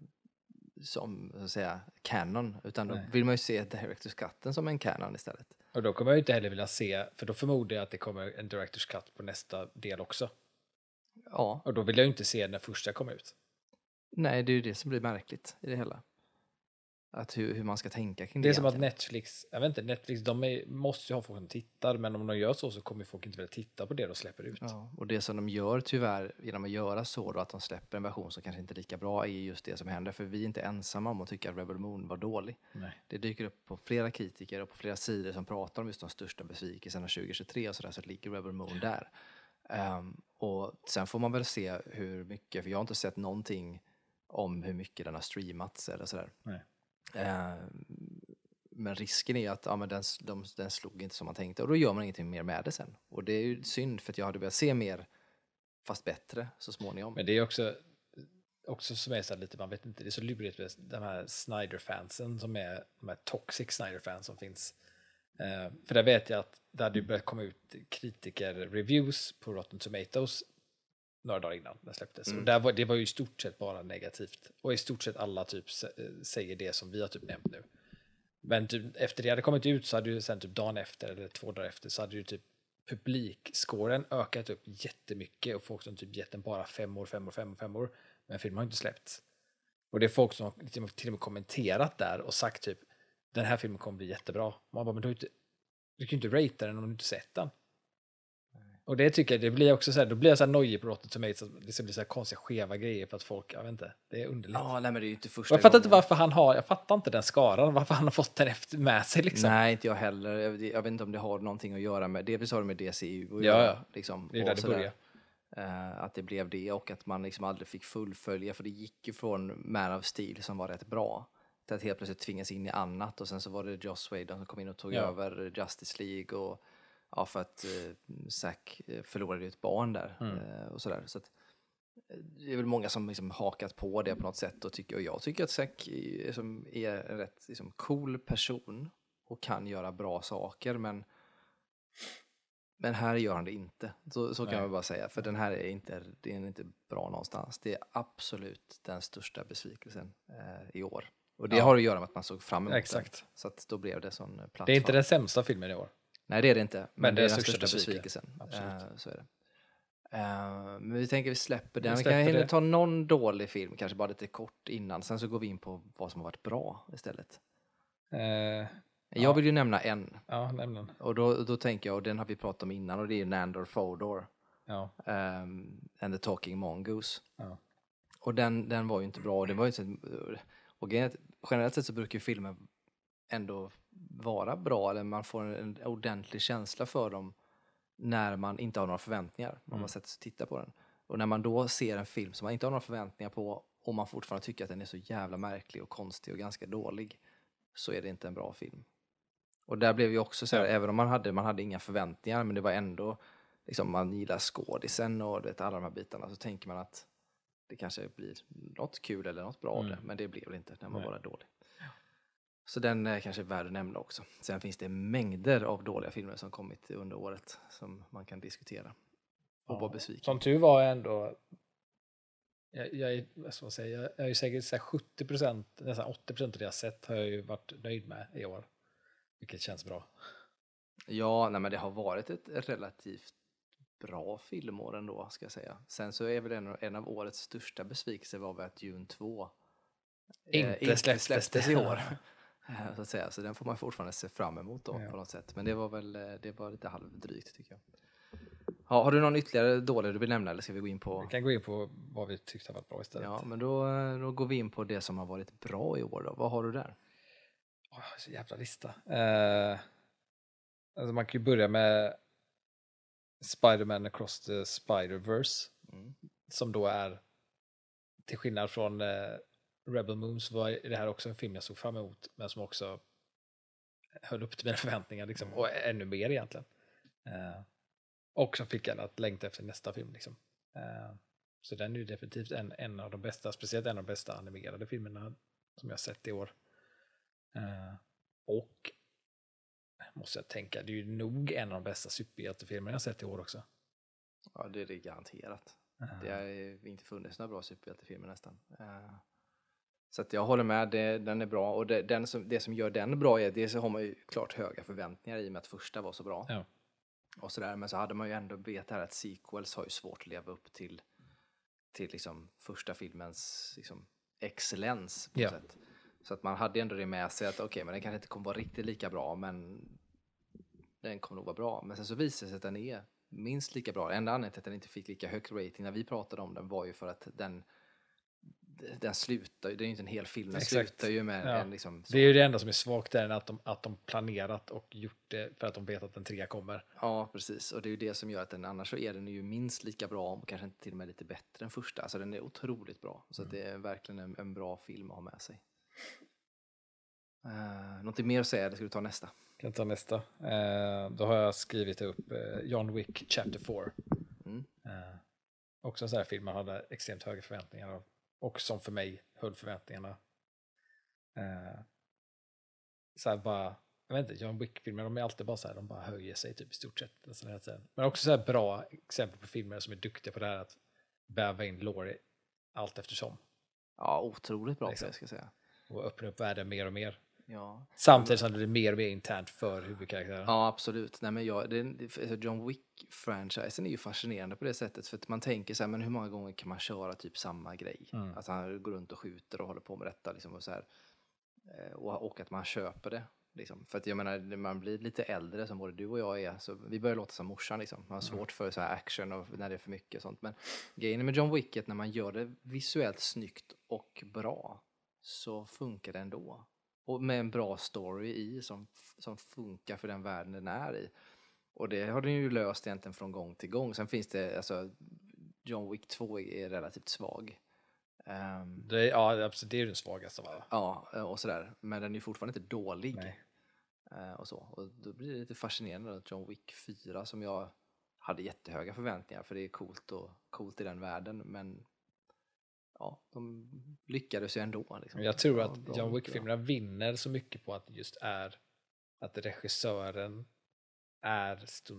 så att säga canon, utan då vill man ju se director's cutten som en canon istället. Och då kommer jag inte heller vilja se, för då förmodar jag att det kommer en director's cut på nästa del också. Ja, Och då vill jag ju inte se när första kommer ut. nej, det är ju det som blir märkligt i det hela. Att hur man ska tänka kring Det det är som att egentligen. Netflix, jag vet inte, Netflix måste ju ha folk som tittar, men om de gör så kommer folk inte vilja titta på det de släpper ut. Ja, och det som de gör tyvärr genom att göra så då, att de släpper en version som kanske inte är lika bra, är just det som händer. För vi är inte ensamma om att tycka att Rebel Moon var dålig. Nej. Det dyker upp på flera kritiker och på flera sidor som pratar om just de största besvikelserna 2023 och sådär, så ligger Rebel Moon där. Och sen får man väl se hur mycket, för jag har inte sett någonting om hur mycket den har streamats eller sådär. Nej. Men risken är att men den slog inte som man tänkte, och då gör man ingenting mer med det sen. Och det är ju synd, för att jag hade velat se mer, fast bättre så småningom. Men det är också som är så här lite, man vet inte, det är så lurigt med de här Snyder-fansen som är de här toxic Snyder-fans som finns. För där vet jag att det hade ju börjat komma ut kritiker-reviews på Rotten Tomatoes några dagar innan den släpptes. Och det var ju i stort sett bara negativt. Och i stort sett alla typ säger det som vi har typ nämnt nu. Men typ, efter det hade kommit ut så hade ju sen typ dagen efter eller 2 dagar efter så hade ju typ publikscoren ökat upp jättemycket och folk som typ gett den bara 5 år. Men filmen har inte släppts. Och det är folk som har till och med kommenterat där och sagt typ den här filmen kommer bli jättebra. Och man bara, men du kan ju inte ratea den om du inte sett den. Och det tycker jag, det blir också så här, då blir jag så här nojig på Rotten Tomatoes, det ska bli så här konstiga skeva grejer för att folk, jag vet inte, det är underligt. Ja, nej, men det är ju inte första Jag fattar inte gången. varför jag fattar inte den skaran, varför han har fått den med sig liksom. Nej, inte jag heller. Jag vet inte om det har någonting att göra med, delvis har det med DCU att Ja, göra. Liksom, det är där det sådär. börjar. Att det blev det, och att man liksom aldrig fick fullfölja, för det gick ju från Man of Steel som var rätt bra till att helt plötsligt tvingas in i annat, och sen så var det Joss Whedon som kom in och tog över Justice League, och ja, för att Zack förlorade ett barn där och sådär. Så att, det är väl många som liksom hakat på det på något sätt, och jag tycker att Zack är en rätt liksom cool person och kan göra bra saker, men här gör han det inte. Så kan man bara säga. För den här är inte bra någonstans. Det är absolut den största besvikelsen i år. Och det har att göra med att man såg fram emot den. Så att då blev det sån plattform. Det är inte den sämsta filmen i år. Nej, det är det inte. Men det är den största besvikelsen. Absolut. Så är det. Men vi tänker vi släpper den. Vi kan släpper hinna ta någon dålig film, kanske bara lite kort innan. Sen så går vi in på vad som har varit bra istället. Jag vill ju nämna en. Ja, nämn den. Och då tänker jag, och den har vi pratat om innan, och det är Nandor Fodor. Ja. And the Talking Mongoose. Ja. Och den var ju inte bra. Det var ju inte, och generellt sett så brukar ju filmer ändå vara bra, eller man får en ordentlig känsla för dem när man inte har några förväntningar. Man bara sätter sig och tittar på den. Och när man då ser en film som man inte har några förväntningar på, och man fortfarande tycker att den är så jävla märklig och konstig och ganska dålig, så är det inte en bra film. Och där blev ju också så här, även om man hade inga förväntningar, men det var ändå liksom, man gillar skådisen och alla de här bitarna, så tänker man att det kanske blir något kul eller något bra av det, men det blev det inte, den var bara dålig. Så den är kanske värd att nämna också. Sen finns det mängder av dåliga filmer som kommit under året som man kan diskutera och vara besviken. Som tur var ändå, jag är ju säkert så här 70%, nästan 80% av det jag sett har jag ju varit nöjd med i år. Vilket känns bra. Ja, nej, men det har varit ett relativt bra filmår ändå, ska jag säga. Sen så är väl en av årets största besvikelser var väl att Dune 2 inte släpptes i år. Så att säga. Så den får man fortfarande se fram emot då, på något sätt. Men det var lite halvdrygt, tycker jag. Ja, har du någon ytterligare dålig du vill nämna, eller ska vi gå in på? Vi kan gå in på vad vi tyckte har varit bra istället. Ja, men då går vi in på det som har varit bra i år då. Vad har du där? Så jävla lista. Alltså man kan ju börja med Spider-Man Across the Spider-Verse. Som då är, till skillnad från Rebel Moon, så var det här också en film jag såg fram emot, men som också höll upp till mina förväntningar liksom, och ännu mer egentligen. Och som fick en att längta efter nästa film liksom. Så den är ju definitivt en av de bästa, speciellt en av de bästa animerade filmerna som jag sett i år. Och måste jag tänka, det är ju nog en av de bästa superhjältefilmerna jag sett i år också. Ja, det är det garanterat. Det har inte funnits några bra superhjältefilmer nästan. Så att jag håller med, den är bra. Och det som gör den bra är, det så har man ju klart höga förväntningar i och med att första var så bra. Ja. Och sådär, men så hade man ju ändå vet här att sequels har ju svårt att leva upp till liksom första filmens liksom excellens på något sätt. Så att man hade ändå det med sig att okej, men den kanske inte kommer vara riktigt lika bra, men den kommer nog vara bra. Men sen så visar det sig att den är minst lika bra. Enda anledningen till att den inte fick lika hög rating när vi pratade om den var ju för att den slutar, det är ju inte en hel film, den slutar ju med en liksom... Det är ju det enda som är svagt där, att de planerat och gjort det för att de vet att en 3 kommer. Ja, precis. Och det är ju det som gör att den, annars så är den ju minst lika bra och kanske inte till och med lite bättre än första. Alltså den är otroligt bra. Så att det är verkligen en bra film att ha med sig. Någonting mer att säga, eller ska du ta nästa? Kan jag ta nästa? Då har jag skrivit upp John Wick Chapter 4. Också en sån här film man hade extremt höga förväntningar av. Och som för mig höll förväntningarna. Så här bara, jag vet inte, John Wick-filmer, de är alltid bara så här, de bara höjer sig typ i stort sett. Men också så här bra exempel på filmer som är duktiga på det här att väva in lore allt eftersom. Ja, otroligt bra Liksom. på det, ska jag säga. Och öppna upp världen mer och mer. Ja. Samtidigt som det blir mer och mer internt för huvudkaraktären. Ja, absolut. Nej, men John Wick-franchisen är ju fascinerande på det sättet. För att man tänker så här, men hur många gånger kan man köra typ samma grej? Att han går runt och skjuter och håller på med detta. Liksom, och, så här, och att man köper det. Liksom. För att jag menar, när man blir lite äldre som både du och jag är, så vi börjar låta som morsan. Liksom. Man har svårt för så här action och när det är för mycket och sånt. Men grejen med John Wick är att när man gör det visuellt snyggt och bra så funkar det ändå. Och med en bra story i som funkar för den världen den är i. Och det har den ju löst egentligen från gång till gång. Sen finns det, alltså John Wick 2 är relativt svag. Det är ju den svagaste av alla. Ja, och sådär. Men den är ju fortfarande inte dålig. Nej. Och så. Och då blir det lite fascinerande att John Wick 4 som jag hade jättehöga förväntningar för det är coolt i den världen. Men ja, de lyckades ju ändå. Liksom. Jag tror att John Wick-filmerna vinner så mycket på att det just är att regissören är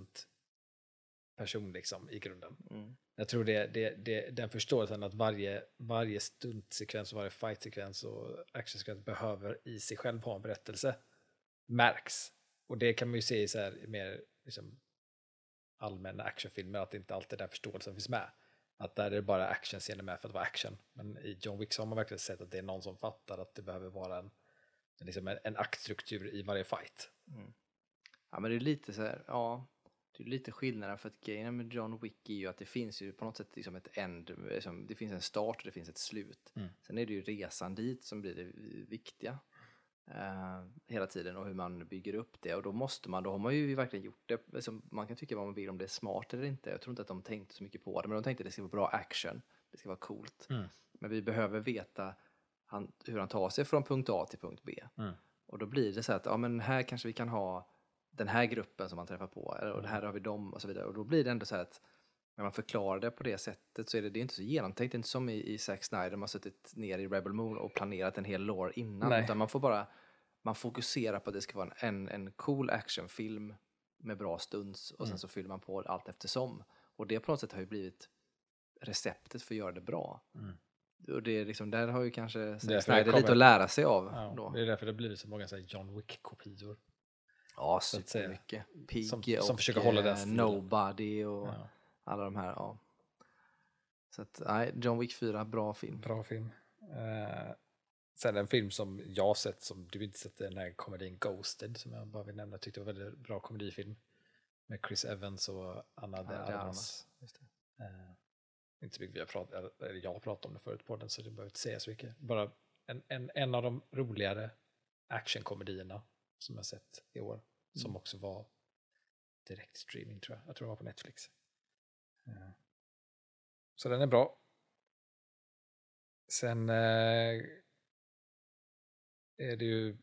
stuntperson liksom, i grunden. Jag tror den förståelsen att varje stuntsekvens och varje fightsekvens och actionsekvens behöver i sig själv ha en berättelse märks. Och det kan man ju se i så här mer liksom, allmänna actionfilmer, att inte alltid den förståelsen finns med. Att där är det bara actionscener med för att vara action. Men i John Wick så har man verkligen sett att det är någon som fattar att det behöver vara en aktstruktur i varje fight. Ja, men det är lite så här, ja, det är lite skillnaden för att grejen med John Wick är ju att det finns ju på något sätt liksom ett liksom, det finns en start och det finns ett slut. Sen är det ju resan dit som blir det viktiga. Hela tiden och hur man bygger upp det och då har man ju verkligen gjort det liksom, man kan tycka vad man vill om det är smart eller inte, jag tror inte att de tänkte så mycket på det, men de tänkte att det ska vara bra action, det ska vara coolt, men vi behöver veta hur han tar sig från punkt A till punkt B och då blir det så att ja, men här kanske vi kan ha den här gruppen som man träffar på och här har vi dem och så vidare och då blir det ändå så här att när man förklarar det på det sättet så är det inte så genomtänkt, det är inte som i Zack Snyder, man har suttit ner i Rebel Moon och planerat en hel lore innan. Nej. Utan man fokuserar på att det ska vara en cool actionfilm med bra stunds och sen så fyller man på allt eftersom. Och det på något sätt har ju blivit receptet för att göra det bra. Och det är liksom, där har ju kanske Zack Snyder lite att lära sig av. Ja, då. Det är därför det har blivit så många så här John Wick-kopior. Ja, supermycket. Pig som försöker hålla den stilen. Nobody och alla de här, ja. Så att, nej, John Wick 4, bra film. Bra film. Sen en film som jag har sett, som du inte sett, den här komedin Ghosted, som jag bara vill nämna, tyckte var väldigt bra komedifilm. Med Chris Evans och Anna de Armas. Inte så mycket jag har pratat om det förut på den, så det behöver inte säga så mycket. Bara en av de roligare actionkomedierna som jag sett i år. Som också var direkt streaming, tror jag. Jag tror det var på Netflix. Så den är bra. Sen är det ju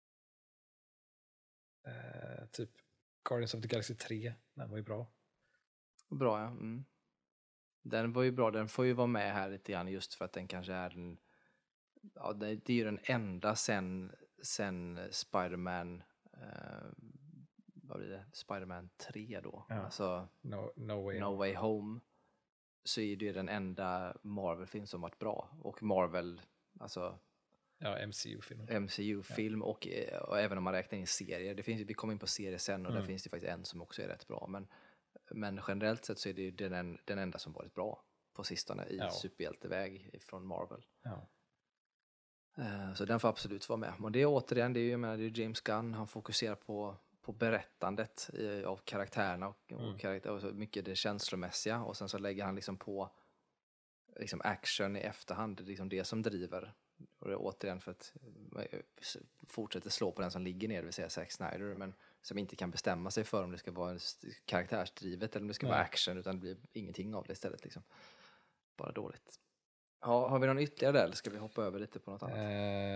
typ Guardians of the Galaxy 3. Den var ju bra. Bra, ja. Den var ju bra. Den får ju vara med här lite grann just för att den kanske är den... Ja, det är ju den enda sen Spider-Man... vad blir det? Spider-Man 3 då. Ja. Alltså No Way Home. Så är det den enda Marvel-film som varit bra. Och Marvel, alltså Ja, MCU-film. MCU-film och även om man räknar in serier. Vi kommer in på serier sen och där finns det faktiskt en som också är rätt bra. Men generellt sett så är det ju den enda som varit bra på sistone i superhjälteväg från Marvel. Ja. Så den får absolut vara med. Och det är återigen, det är ju James Gunn, han fokuserar på berättandet av karaktärerna och så mycket det känslomässiga, och sen så lägger han liksom på liksom action i efterhand, det är liksom det som driver. Och det är återigen för att fortsätta slå på den som ligger ner, det vill säga Zack Snyder, men som inte kan bestämma sig för om det ska vara karaktärsdrivet eller om det ska vara action, utan det blir ingenting av det istället liksom. Bara dåligt. Ja, har vi någon ytterligare där eller ska vi hoppa över lite på något annat?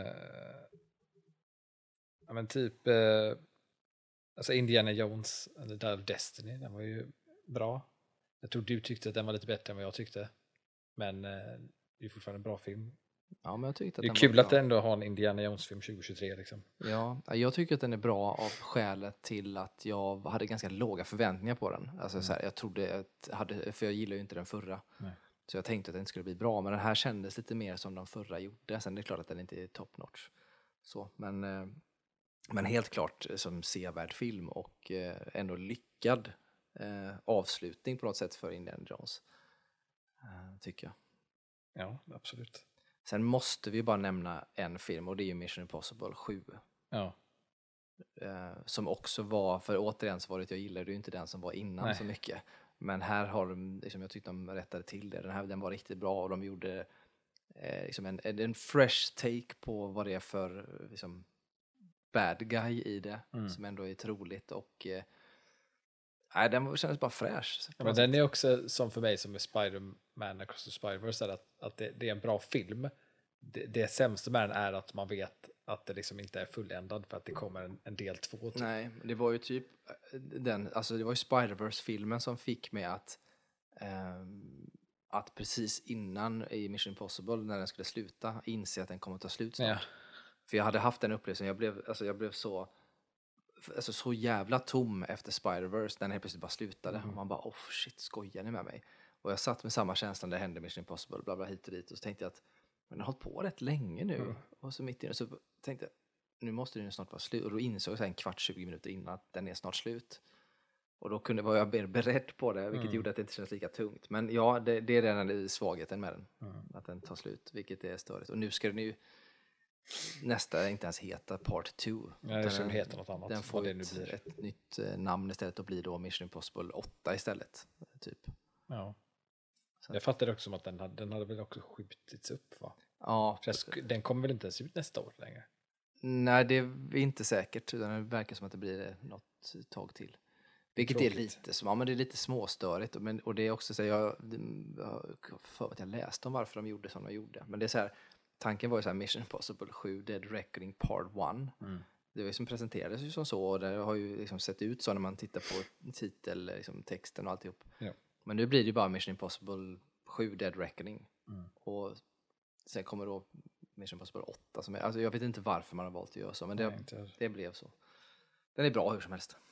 Ja, men typ alltså Indiana Jones, The Dial of Destiny, den var ju bra. Jag tror du tyckte att den var lite bättre än vad jag tyckte. Men det är fortfarande en bra film. Ja, men jag tyckte att det är den kul var att ändå ha en Indiana Jones-film 2023 liksom. Ja, jag tycker att den är bra av skälet till att jag hade ganska låga förväntningar på den. Alltså så här, jag trodde för jag gillar ju inte den förra. Nej. Så jag tänkte att den inte skulle bli bra, men den här kändes lite mer som den förra gjorde. Sen är det klart att den inte är top notch. Så, men helt klart som sevärd film och ändå lyckad avslutning på något sätt för Indiana Jones. Tycker jag. Ja, absolut. Sen måste vi bara nämna en film och det är ju Mission Impossible 7. Ja. Som också var, för återigen så var det att jag gillade ju inte den som var innan så mycket. Men här har de, liksom, jag tyckte de rättade till det. Den var riktigt bra och de gjorde liksom en fresh take på vad det är för liksom, bad guy i det. Som ändå är troligt och den kändes bara fräsch. Ja, men den är också som för mig som är Spider-Man Across the Spider-Verse, att det är en bra film. Det sämsta med den är att man vet att det liksom inte är fulländad för att det kommer en del 2. Typ. Nej, det var ju typ alltså det var ju Spider-Verse-filmen som fick mig att precis innan i Mission Impossible när den skulle sluta inse att den kommer att ta slut snart. Ja. För jag hade haft den upplevelsen, jag blev så jävla tom efter Spider-Verse när den helt plötsligt bara slutade. Och man bara, oh shit, skojar ni med mig? Och jag satt med samma känsla när det hände Mission Impossible, bla bla hit och dit. Och så tänkte jag att men den har hållit på rätt länge nu. Och så mitt inne så tänkte jag, nu måste den snart vara slut. Och då insåg jag så här en kvart, 20 minuter innan att den är snart slut. Och då var jag beredd på det, vilket gjorde att det inte kändes lika tungt. Men ja, det är den svagheten med den. Att den tar slut, vilket är störigt. Och nu ska den ju nästa inte ens heta Part 2. Nej, den heter något annat. Den får ett nytt namn istället och blir då Mission Impossible 8 istället. Typ. Ja. Jag fattade också som att den hade väl också skjutits upp, va? Ja. Den kommer väl inte ens ut nästa år längre? Nej, det är inte säkert. Utan det verkar som att det blir något tag till. Vilket är lite, men det är lite småstörigt. Och det är också så här, jag för att jag läste om varför de gjorde som de gjorde. Men det är så här, tanken var ju så här, Mission Impossible 7 Dead Reckoning Part 1. Det var ju som presenterades ju som så, och det har ju liksom sett ut så när man tittar på titel, liksom texten och alltihop. Ja. Men nu blir det ju bara Mission Impossible 7 Dead Reckoning. Och sen kommer då Mission Impossible 8 som är, alltså jag vet inte varför man har valt att göra så, men det blev så. Den är bra hur som helst.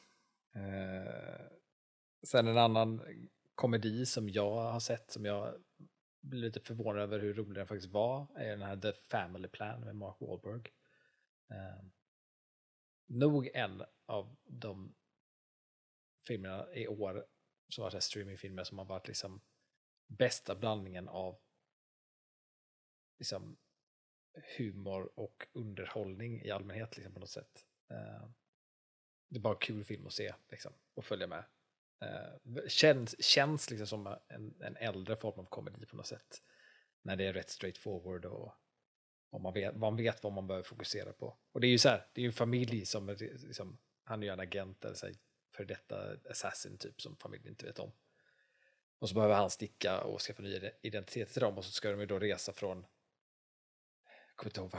Sen en annan komedi som jag har sett som jag blir lite förvånad över hur rolig den faktiskt var är den här The Family Plan med Mark Wahlberg. Nog en av de filmerna i år som har varit streamingfilmer som har varit liksom bästa blandningen av liksom humor och underhållning i allmänhet liksom på något sätt. Det är bara en kul film att se liksom, och följa med. Känns liksom som en äldre form av komedi på något sätt. När det är rätt straightforward och man vet vad man behöver fokusera på. Och det är ju så här, det är ju en familj som liksom, han är ju en agent eller så här, för detta assassin typ som familjen inte vet om. Och så behöver han sticka och skaffa ny identitet till dem och så ska de ju då resa från jag kommer inte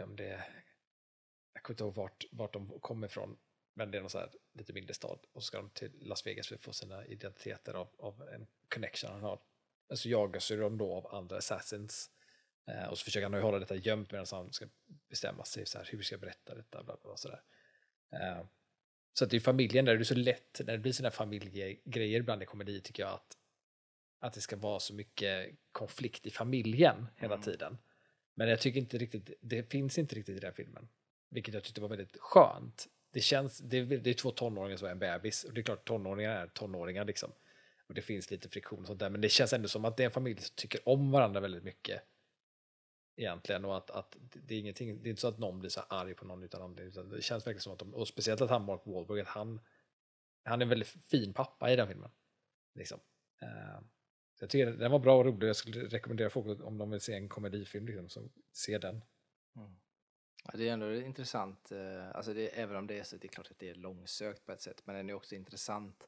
ihåg vart de kommer ifrån. Men det är någon så här lite mindre stad. Och så ska de till Las Vegas för att få sina identiteter av en connection han har. Så jagas ju de då av andra assassins. Och så försöker han hålla detta gömt medan han ska bestämma sig så här, hur ska jag berätta detta. Bla bla, så där. Så att det är familjen där det är så lätt. När det blir sådana här familjegrejer ibland i komedi tycker jag att det ska vara så mycket konflikt i familjen hela tiden. Men jag tycker inte riktigt, det finns inte riktigt i den här filmen. Vilket jag tyckte var väldigt skönt. Det är 2 tonåringar som är en bebis. Och det är klart tonåringar är tonåringar liksom. Och det finns lite friktion och sånt där. Men det känns ändå som att det är en familj som tycker om varandra väldigt mycket. Egentligen. Och att det är ingenting, det är inte så att någon blir så arg på någon utan anledning. Utan det känns verkligen som att och speciellt att Mark Wahlberg, att han är en väldigt fin pappa i den filmen. Liksom. Så jag tycker den var bra och rolig. Jag skulle rekommendera folk om de vill se en komedifilm liksom, så se den. Ja, det är ändå intressant, alltså även om det är så, det är klart att det är långsökt på ett sätt, men den är också intressant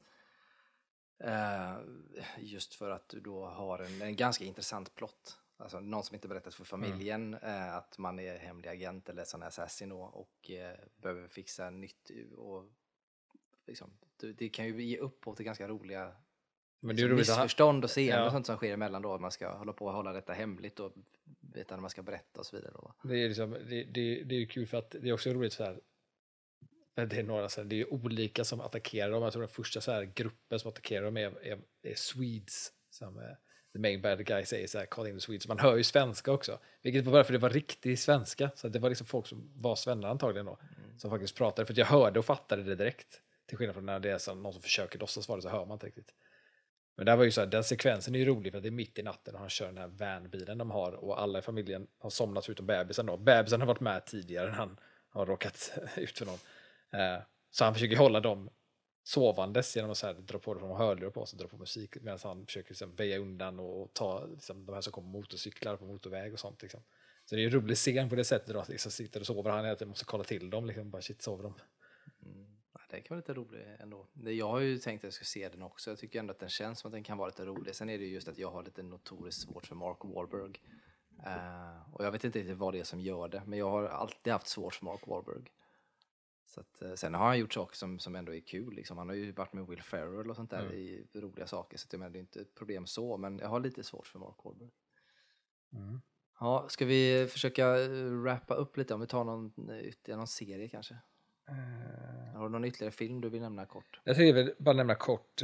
just för att du då har en ganska intressant plott. Alltså någon som inte berättat för familjen att man är hemlig agent eller sån assassin och behöver fixa nytt och liksom, det kan ju ge upphov till ganska roliga men det är roligt missförstånd och seende och sånt som sker emellan då. Man ska hålla på och hålla detta hemligt och veta när man ska berätta och så vidare. Då. Det är liksom, det är kul för att det är också roligt så här. Det är några så här, det är olika som attackerar dem. Jag tror den första så här gruppen som attackerar dem är Swedes. Som the main bad guy säger så här, call in the Swedes. Man hör ju svenska också. Vilket var bara för det var riktig svenska. Så det var liksom folk som var svennar antagligen då. Som faktiskt pratade. För att jag hörde och fattade det direkt. Till skillnad från när det är så någon som försöker låtsas vara det så hör man inte riktigt. Men där var ju så här, den sekvensen är ju rolig för att det är mitt i natten och han kör den här vanbilen de har och alla i familjen har somnat utom bebisen då. Bebisen har varit med tidigare än han har råkat ut för någon. Så han försöker hålla dem sovandes genom att så här, dra på dem hörlurar på sig och dra på musik medan han försöker liksom väja undan och ta liksom, de här som kommer motorcyklar på motorväg och sånt. Liksom. Så det är en rolig scen på det sättet då, att liksom sitter och sover han är att jag måste kolla till dem, liksom, bara shit, sover de. Det kan vara lite roligt ändå. Jag har ju tänkt att jag ska se den också. Jag tycker ändå att den känns som att den kan vara lite rolig. Sen är det just att jag har lite notoriskt svårt för Mark Wahlberg. Och jag vet inte riktigt vad det är som gör det. Men jag har alltid haft svårt för Mark Wahlberg. Så att, sen har han gjort saker som ändå är kul. Liksom. Han har ju varit med Will Ferrell och sånt där i roliga saker. Så det är inte ett problem så. Men jag har lite svårt för Mark Wahlberg. Ja, ska vi försöka wrappa upp lite? Om vi tar någon serie kanske? Har du någon ytterligare film du vill nämna kort? Jag vill bara nämna kort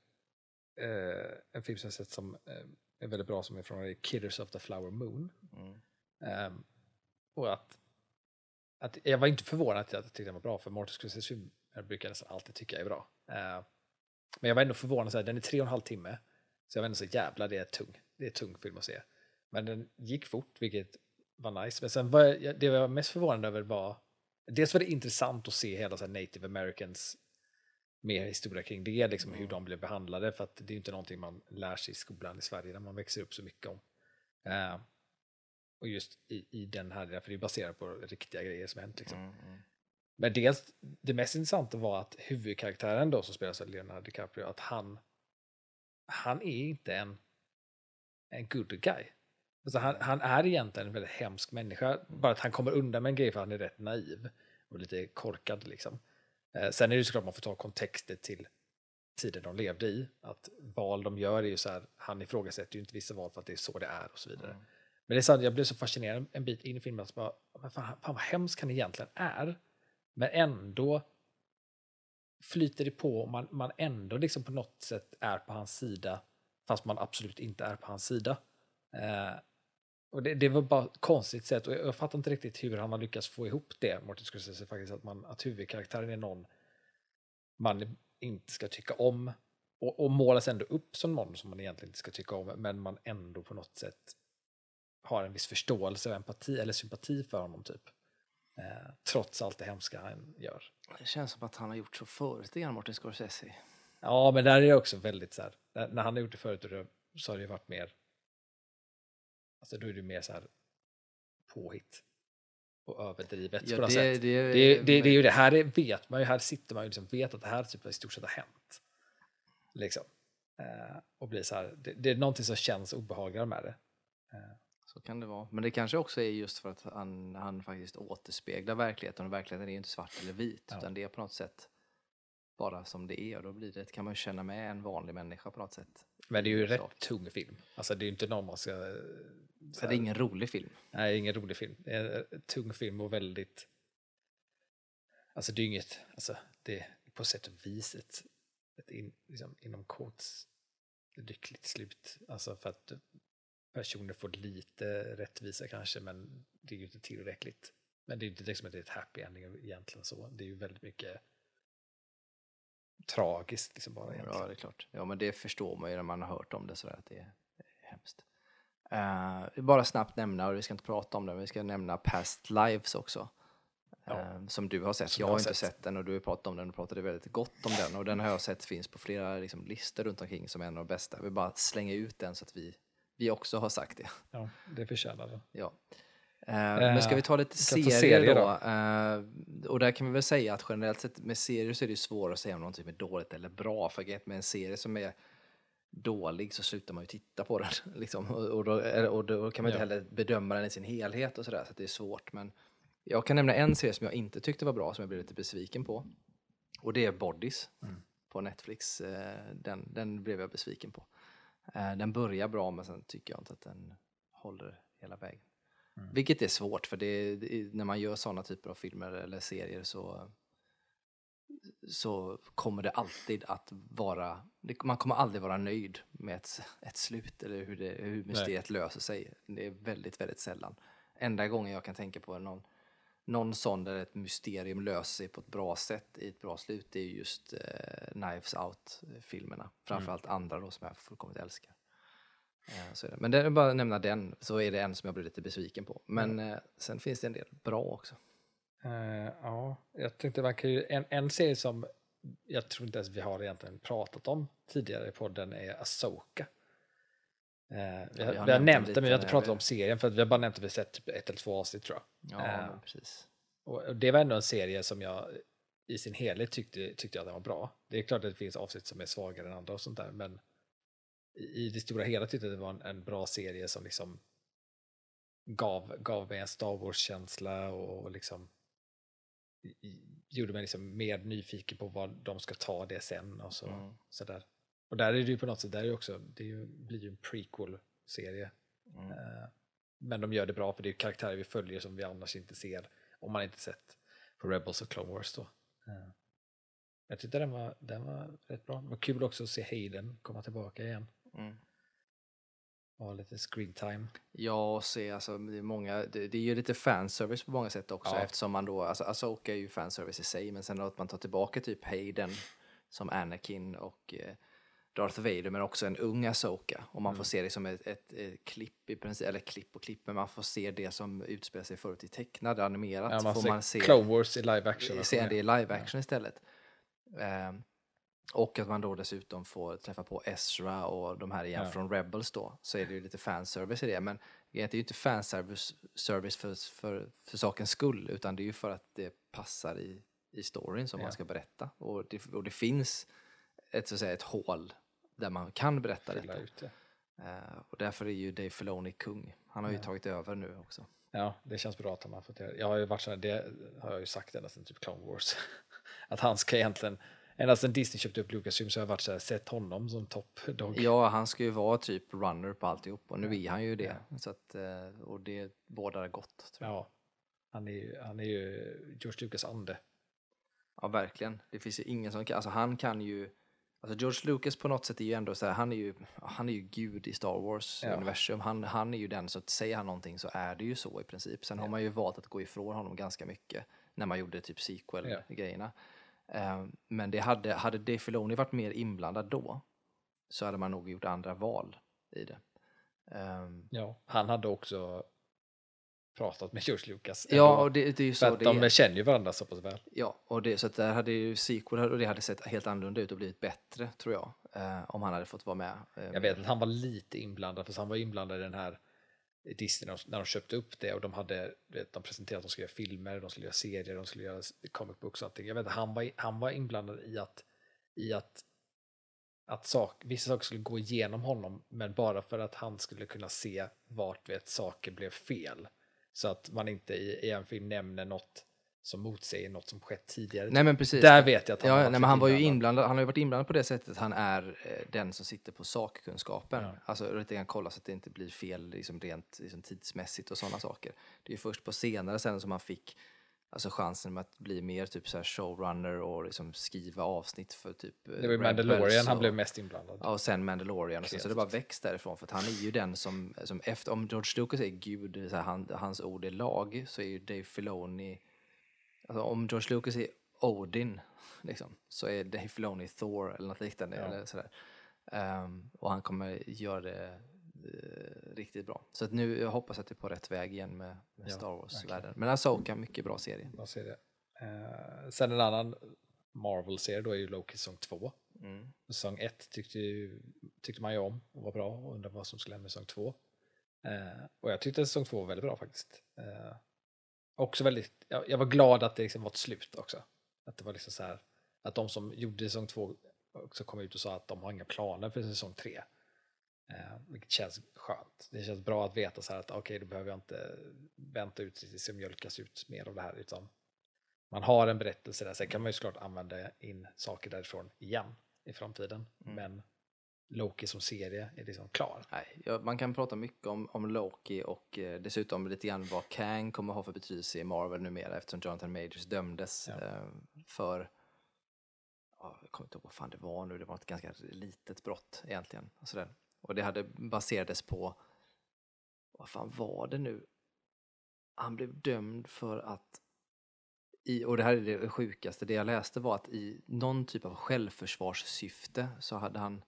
en film som jag sett som är väldigt bra som är från Killers of the Flower Moon. Och att jag var inte förvånad att jag tyckte den var bra för Martin Scorsese film brukar nästan alltid tycka är bra. Men jag var ändå förvånad så här, den är 3,5 timme så jag var ändå så jävla det är tung film att se. Men den gick fort vilket var nice. Men sen det jag var mest förvånad över var dels var det intressant att se hela så här, Native Americans mer historia kring det, liksom hur de blev behandlade, för att det är inte någonting man lär sig i skolan i Sverige där man växer upp så mycket om. Och just i den här, för det är baserat på riktiga grejer som hänt. Liksom. Men dels, det mest intressanta var att huvudkaraktären då som spelas av Leonardo DiCaprio, att han är inte en good guy. Alltså han är egentligen en väldigt hemsk människa, bara att han kommer undan med en grej för han är rätt naiv och lite korkad liksom. Sen är det såklart man får ta kontextet till tiden de levde i, att val de gör är ju så här, han ifrågasätter ju inte vissa val för att det är så det är och så vidare. Men det är sant, jag blev så fascinerad en bit in i filmen att bara, fan vad hemskt han egentligen är, men ändå flyter det på och man ändå liksom på något sätt är på hans sida fast man absolut inte är på hans sida. Och det var bara ett konstigt sätt och jag fattar inte riktigt hur han har lyckats få ihop det, Martin Scorsese, faktiskt, att huvudkaraktären är någon man inte ska tycka om och målas ändå upp som någon som man egentligen inte ska tycka om, men man ändå på något sätt har en viss förståelse och empati eller sympati för honom typ. Trots allt det hemska han gör. Det känns som att han har gjort så förut igen, Martin Scorsese. Ja, men där är det också väldigt så här, när han har gjort det förut så har det varit mer, alltså då är det mer så här påhitt och överdrivet på något sätt. Det är ju det här vet man ju, här sitter man ju liksom vet att det här typ i stort sett har hänt. Liksom. Och blir så här, det är någonting som känns obehagligare med det. Så kan det vara. Men det kanske också är just för att han faktiskt återspeglar verkligheten och verkligheten är ju inte svart eller vit utan det är på något sätt bara som det är och då kan man ju känna med en vanlig människa på något sätt. Men det är ju en rätt tung film. Alltså det är ju inte någon man ska... Så det är ingen rolig film? Nej, ingen rolig film. Det är en tung film och väldigt... Alltså det är inget... Alltså det är på sätt och vis ett liksom, inom quotes lyckligt slut. Alltså för att personer får lite rättvisa kanske, men det är ju inte tillräckligt. Men det är inte liksom att det är ett happy ending egentligen så. Det är ju väldigt mycket tragiskt liksom bara egentligen. Ja, det är klart. Ja, men det förstår man ju när man har hört om det sådär att det är hemskt. Bara snabbt nämna, och vi ska inte prata om det, men vi ska nämna Past Lives också. Som du har sett. Som jag har inte sett den, och du har pratat om den och pratade väldigt gott om den. Och den har jag sett finns på flera liksom, listor runt omkring som en av de bästa. Vi bara slänga ut den så att vi också har sagt det. Ja, det förtjänar det. Ja. Men ska vi ta lite serier då? Och där kan vi väl säga att generellt sett med serier så är det svårt att säga om någonting är dåligt eller bra. För med en serie som är dålig så slutar man ju titta på den. Liksom. Och då kan man inte heller bedöma den i sin helhet och sådär. Så det är svårt. Men jag kan nämna en serie som jag inte tyckte var bra, som jag blev lite besviken på. Och det är Bodies på Netflix. Den blev jag besviken på. Den börjar bra, men sen tycker jag inte att den håller hela vägen. Vilket är svårt, för när man gör sådana typer av filmer eller serier så kommer det alltid att vara... Man kommer aldrig vara nöjd med ett slut eller hur mysteriet löser sig. Det är väldigt, väldigt sällan. Enda gången jag kan tänka på någon sån där ett mysterium löser sig på ett bra sätt i ett bra slut, det är just Knives Out-filmerna. Framförallt andra då, som jag fullkomligt älskar. Så är det. Men det är bara att nämna den, så är det en som jag blir lite besviken på. Men sen finns det en del bra också. Ja, jag tänkte man kan ju, en serie som jag tror inte ens vi har egentligen pratat om tidigare i podden är Ahsoka. Vi har nämnt det, men vi har inte pratat om serien, för att vi har bara nämnt att vi sett typ 1 eller 2 avsnitt, tror jag. Ja, precis. Och det var ändå en serie som jag i sin helhet tyckte jag att den var bra. Det är klart att det finns avsnitt som är svagare än andra och sånt där, men i det stora hela tyckte jag att det var en bra serie som liksom gav mig en Star Wars-känsla och liksom gjorde mig liksom mer nyfiken på vad de ska ta det sen och så där. Och där är det ju på något sätt, där är också, blir ju en prequel-serie. Men de gör det bra, för det är karaktärer vi följer som vi annars inte ser om man inte sett på Rebels och Clone Wars då. Jag tyckte den var rätt bra. Det var kul också att se Hayden komma tillbaka igen. Och lite screen time. Ja, och se, alltså, det är ju lite fanservice på många sätt också, eftersom man då, alltså Ahsoka är ju fanservice i sig, men sen att man tar tillbaka typ Hayden som Anakin och Darth Vader, men också en ung Ahsoka, och man får se det som ett klipp i princip, eller klipp, men man får se det som utspelar sig förut i tecknad, animerat. Ja, får man se Clone Wars i live action. Se det i live action istället. Och att man då dessutom får träffa på Ezra och de här igen från Rebels då, så är det ju lite fanservice i det, men det är ju inte fanservice för sakens skull, utan det är ju för att det passar i storyn som man ska berätta, och det finns ett hål där man kan berätta lite. Och därför är ju Dave Filoni kung. Han har ju tagit över nu också. Ja, det känns bra att han har fått det. Jag har ju varit så här, det har jag ju sagt ända sedan typ Clone Wars. Att han ska egentligen, ända sedan Disney köpte upp Lucasfilm, så har jag varit så här, sett honom som top dog. Ja, han ska ju vara typ runner på alltihop, och nu är han ju det. Så att, och det bådar gott, tror jag. Ja, han är ju George Lucas ande. Ja, verkligen. Det finns ju ingen som kan, alltså han kan ju, alltså George Lucas på något sätt är ju ändå så här, han är ju gud i Star Wars universum. Han är ju den, så att säger han någonting så är det ju så i princip. Sen har man ju valt att gå ifrån honom ganska mycket när man gjorde typ sequel-grejerna. Men hade Dave Filoni varit mer inblandad då, så hade man nog gjort andra val i det. Ja, han hade också pratat med George Lucas. Ja, och det är ju så. För att de känner ju varandra så pass väl. Ja, och så att där hade ju sequel, och det hade sett helt annorlunda ut och blivit bättre, tror jag, om han hade fått vara med. Jag vet att han var lite inblandad, för han var inblandad i den här Disney när de köpte upp det, och de presenterade att de skulle göra filmer, de skulle göra serier, de skulle göra comic books och allting. Jag vet att han var inblandad i att vissa saker skulle gå igenom honom, men bara för att han skulle kunna se vart saker blev fel, så att man inte i en film nämner något som motsäger något som skett tidigare. Nej, men precis. Där vet jag att han var ju inblandad. Han har ju varit inblandad på det sättet att han är den som sitter på sakkunskapen. Ja. Alltså lite grann kolla så att det inte blir fel liksom rent liksom tidsmässigt och sådana saker. Det är ju först på senare sen som han fick alltså chansen med att bli mer typ så här showrunner och liksom skriva avsnitt för typ Det var ju Mandalorian han blev mest inblandad. Ja, och sen Mandalorian och så det bara växt därifrån, för att han är ju den som efter, om George Lucas är gud, så här, hans ord är lag, så är ju Dave Filoni, alltså om George Lucas är Odin liksom, så är Dave Filoni Thor eller något liknande eller sådär. Och han kommer göra det riktigt bra. Så att nu jag hoppas att det är på rätt väg igen med Star Wars-världen. Men Ahsoka, mycket bra serie. Bra serie. Sen en annan Marvel-serie då är ju Loki säsong 2. Säsong 1 tyckte man ju om och var bra och undrade vad som skulle hända med säsong 2. Och jag tyckte säsong 2 var väldigt bra faktiskt. Också väldigt, jag var glad att det liksom var ett slut också. Att det var liksom så här, att de som gjorde säsong 2 också kom ut och sa att de har inga planer för säsong 3. Vilket känns skönt. Det känns bra att veta så här att okej, då behöver jag inte vänta ut tills det mjölkas ut mer av det här, utan man har en berättelse där. Sen kan man ju såklart använda in saker därifrån igen i framtiden. Men Loki som serie är liksom klar. Nej, man kan prata mycket om Loki och dessutom lite grann vad Kang kommer ha för betydelse i Marvel numera, eftersom Jonathan Majors dömdes för, jag kommer inte ihåg vad fan det var nu, det var ett ganska litet brott egentligen. Och det hade baserades på, vad fan var det nu? Han blev dömd för att och det här är det sjukaste, det jag läste var att i någon typ av självförsvarssyfte så hade han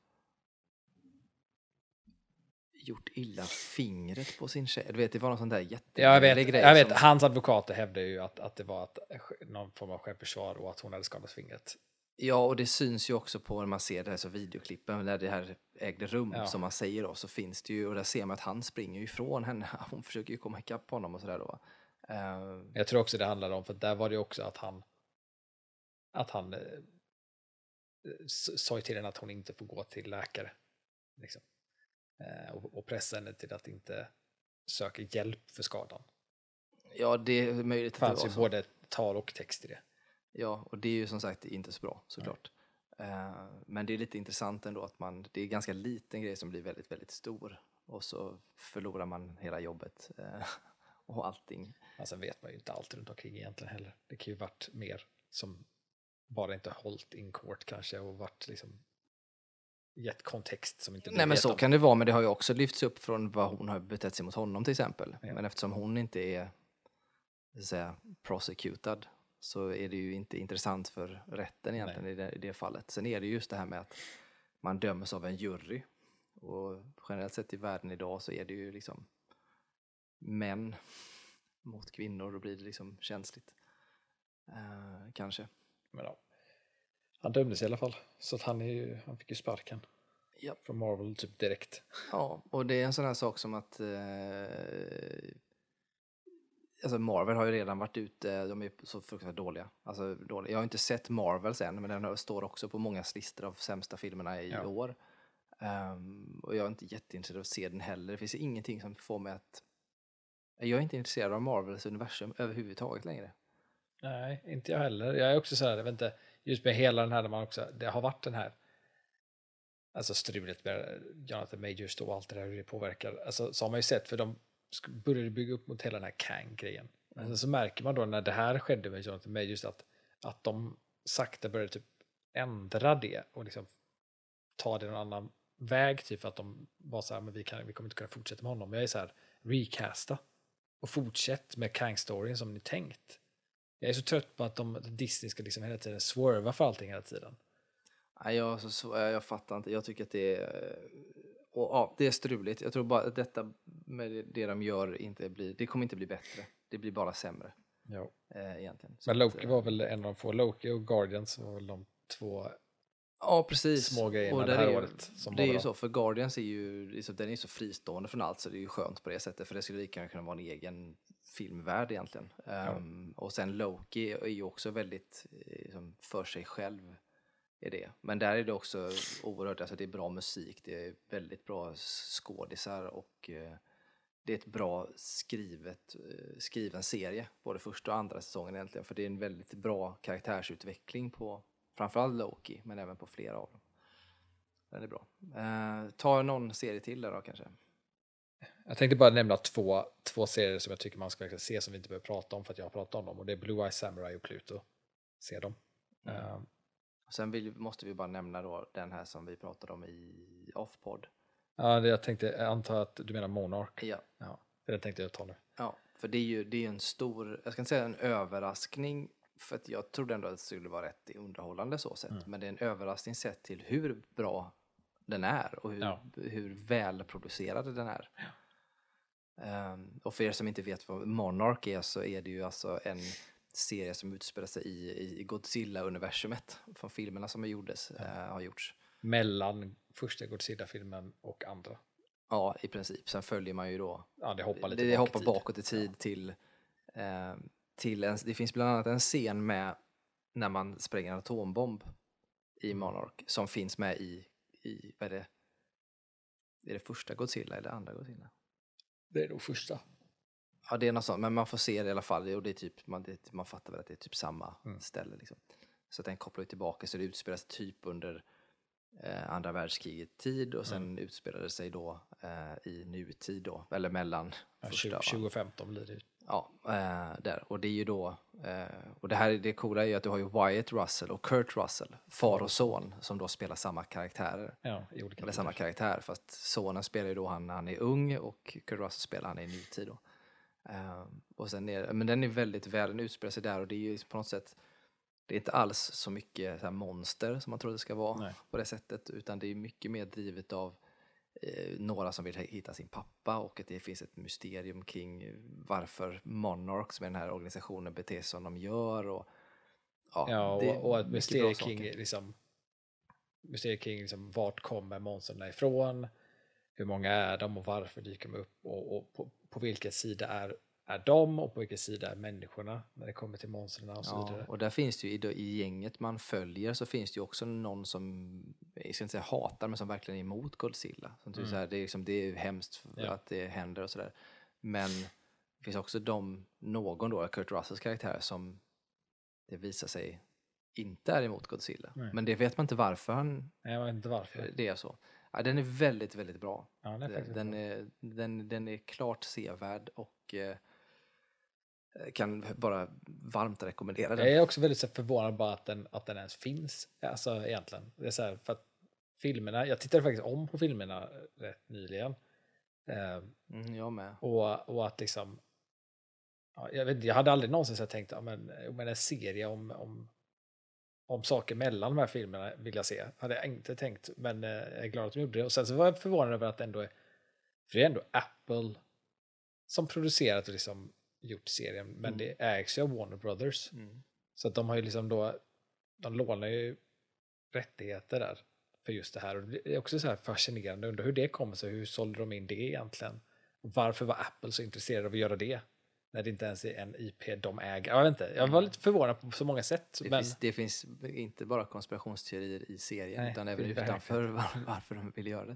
gjort illa fingret på sin tjej. Du vet, det var någon sån där jättemärklig grej. Jag vet. Hans advokater hävdade ju att det var någon form av självförsvar och att hon hade skadat fingret. Ja, och det syns ju också på när man ser det här så videoklippen när det här ägde rum, som man säger då, så finns det ju, och där ser man att han springer ifrån henne. Hon försöker ju komma ikapp på honom och sådär då. Jag tror också det handlar om, för där var det också att han sa ju till henne att hon inte får gå till läkare. Liksom. Och pressa henne till att inte söka hjälp för skadan. Ja, det är möjligt att det fanns ju både tal och text i det. Ja, och det är ju som sagt inte så bra, såklart. Men det är lite intressant ändå att det är en ganska liten grej som blir väldigt, väldigt stor. Och så förlorar man hela jobbet och allting. Men sen vet man ju inte allt runt omkring egentligen heller. Det kan ju varit mer som bara inte hållit in court kanske och varit liksom gett kontext som inte. Nej, men så kan det vara, men det har ju också lyfts upp från vad hon har betett sig mot honom till exempel. Ja. Men eftersom hon inte är, så att säga, prosecuted, så är det ju inte intressant för rätten egentligen i det fallet. Sen är det just det här med att man döms av en jury. Och generellt sett i världen idag så är det ju liksom män mot kvinnor, då blir det liksom känsligt. Kanske. Men ja. Han dömdes i alla fall. Så att han fick ju sparken. Ja. Från Marvel typ direkt. Ja, och det är en sån här sak som att alltså Marvel har ju redan varit ute, de är så fruktansvärt dåliga. Alltså dåliga. Jag har inte sett Marvels än, men den står också på många listor av sämsta filmerna i år. Och jag är inte jätteintresserad av att se den heller. Det finns ingenting som får mig att... Jag är inte intresserad av Marvels universum överhuvudtaget längre. Nej, inte jag heller. Jag är också så här, jag vet inte, just med hela den här där man också, det har varit den här alltså strulet med Jonathan Majors och allt det där, hur det påverkar. Alltså så har man ju sett, för de började bygga upp mot hela den här Kang-grejen. Men så märker man då när det här skedde med Jonathan Majors att de sakta började typ ändra det och liksom ta det någon annan väg, typ att de var så här, men vi kommer inte kunna fortsätta med honom. Jag är så här, recasta och fortsätt med Kang-storyn som ni tänkt. Jag är så trött på att Disney ska liksom hela tiden swerva för allting hela tiden. Nej, jag fattar inte. Jag tycker att det är... det är struligt. Jag tror bara att detta med det de gör det kommer inte bli bättre. Det blir bara sämre. Ja. Egentligen. Men Loki var väl en av de få. Loki och Guardians var väl de två små grejerna det här året. Som det är ju så, för Guardians är ju liksom, den är så fristående från allt, så det är ju skönt på det sättet, för det skulle lika kunna vara en egen filmvärld egentligen. Och sen Loki är ju också väldigt liksom, för sig själv är det. Men där är det också oerhört, alltså det är bra musik, det är väldigt bra skådisar och det är ett bra skriven serie, både första och andra säsongen egentligen, för det är en väldigt bra karaktärsutveckling på framförallt Loki, men även på flera av dem. Den är bra. Ta någon serie till där då kanske. Jag tänkte bara nämna två serier som jag tycker man ska verkligen se som vi inte behöver prata om för att jag har pratat om dem. Och det är Blue Eye Samurai och Pluto. Se dem. Och sen måste vi bara nämna då den här som vi pratade om i Offpod. Ja, jag antar att du menar Monarch. Ja. Det tänkte jag ta nu. Ja, för det är ju en stor, jag ska inte säga en överraskning, för att jag trodde ändå att det skulle vara rätt underhållande så sett. Men det är en överraskning sett till hur bra den är och hur välproducerad den är. Och för er som inte vet vad Monarch är, så är det ju alltså en serie som utspelar sig i Godzilla-universumet från filmerna som har gjorts. Mellan första Godzilla-filmen och andra. Ja, i princip. Sen följer man ju då... Ja, det hoppar lite bakåt i tid till det finns bland annat en scen med när man spränger en atombomb i Monarch som finns med i vad är det första Godzilla eller andra Godzilla? Det är nog första. Ja, det är något sånt, men man får se det i alla fall, och det är typ, man fattar väl att det är typ samma ställe liksom. Så att den kopplar tillbaka, så det utspelas typ under andra världskriget tid, och sen utspelade sig då i nutid då, eller mellan första 2015 blir det. Ja, där. Och det är ju då och det coola är ju att du har ju Wyatt Russell och Kurt Russell, far och son, som då spelar samma karaktärer. Ja, i olika eller samma karaktär, fast sonen spelar ju då han är ung, och Kurt Russell spelar han i nutid då. Och sen men den är väldigt väl, den utspelar sig där, och det är ju på något sätt, det är inte alls så mycket så här monster som man tror det ska vara på det sättet, utan det är mycket mer drivet av några som vill hitta sin pappa, och att det finns ett mysterium kring varför Monarch, som är den här organisationen, beter sig som de gör, och och ett mysterium kring liksom vart kommer monstren ifrån, hur många är de och varför dyker de upp, och på vilken sida är de och på vilken sida är människorna när det kommer till monstren och så vidare. Och där finns det ju i gänget man följer, så finns det ju också någon som, jag ska inte säga hatar, men som verkligen är emot Godzilla. Som tycker så här, det är hemskt att det händer och sådär. Men det finns också någon då, Kurt Russells karaktär, som det visar sig inte är emot Godzilla. Men det vet man inte varför Jag vet inte varför. Det är så. Ja, den är väldigt, väldigt bra. Ja, den är klart sevärd, och kan bara varmt rekommendera den. Jag är också väldigt förvånad bara att den ens finns. Alltså egentligen. Det är så här, för att filmerna, jag tittade faktiskt om på filmerna rätt nyligen. Jag med. Och att liksom, jag vet inte, jag hade aldrig någonsin så tänkt, men en serie om saker mellan de här filmerna vill jag se. Hade jag inte tänkt, men jag är glad att de gjorde det. Och sen så var jag förvånad över att det ändå för det är ändå Apple som producerat och liksom gjort serien, men det ägs ju av Warner Brothers. Så att de har ju liksom då, de lånar ju rättigheter där för just det här, och det är också så här fascinerande, undrar hur det kommer sig, hur sålde de in det egentligen, och varför var Apple så intresserade av att göra det när det inte ens är en IP de äger. Jag vet inte, jag var lite förvånad på så många sätt. Det finns inte bara konspirationsteorier i serien, utan även utanför varför de vill göra det.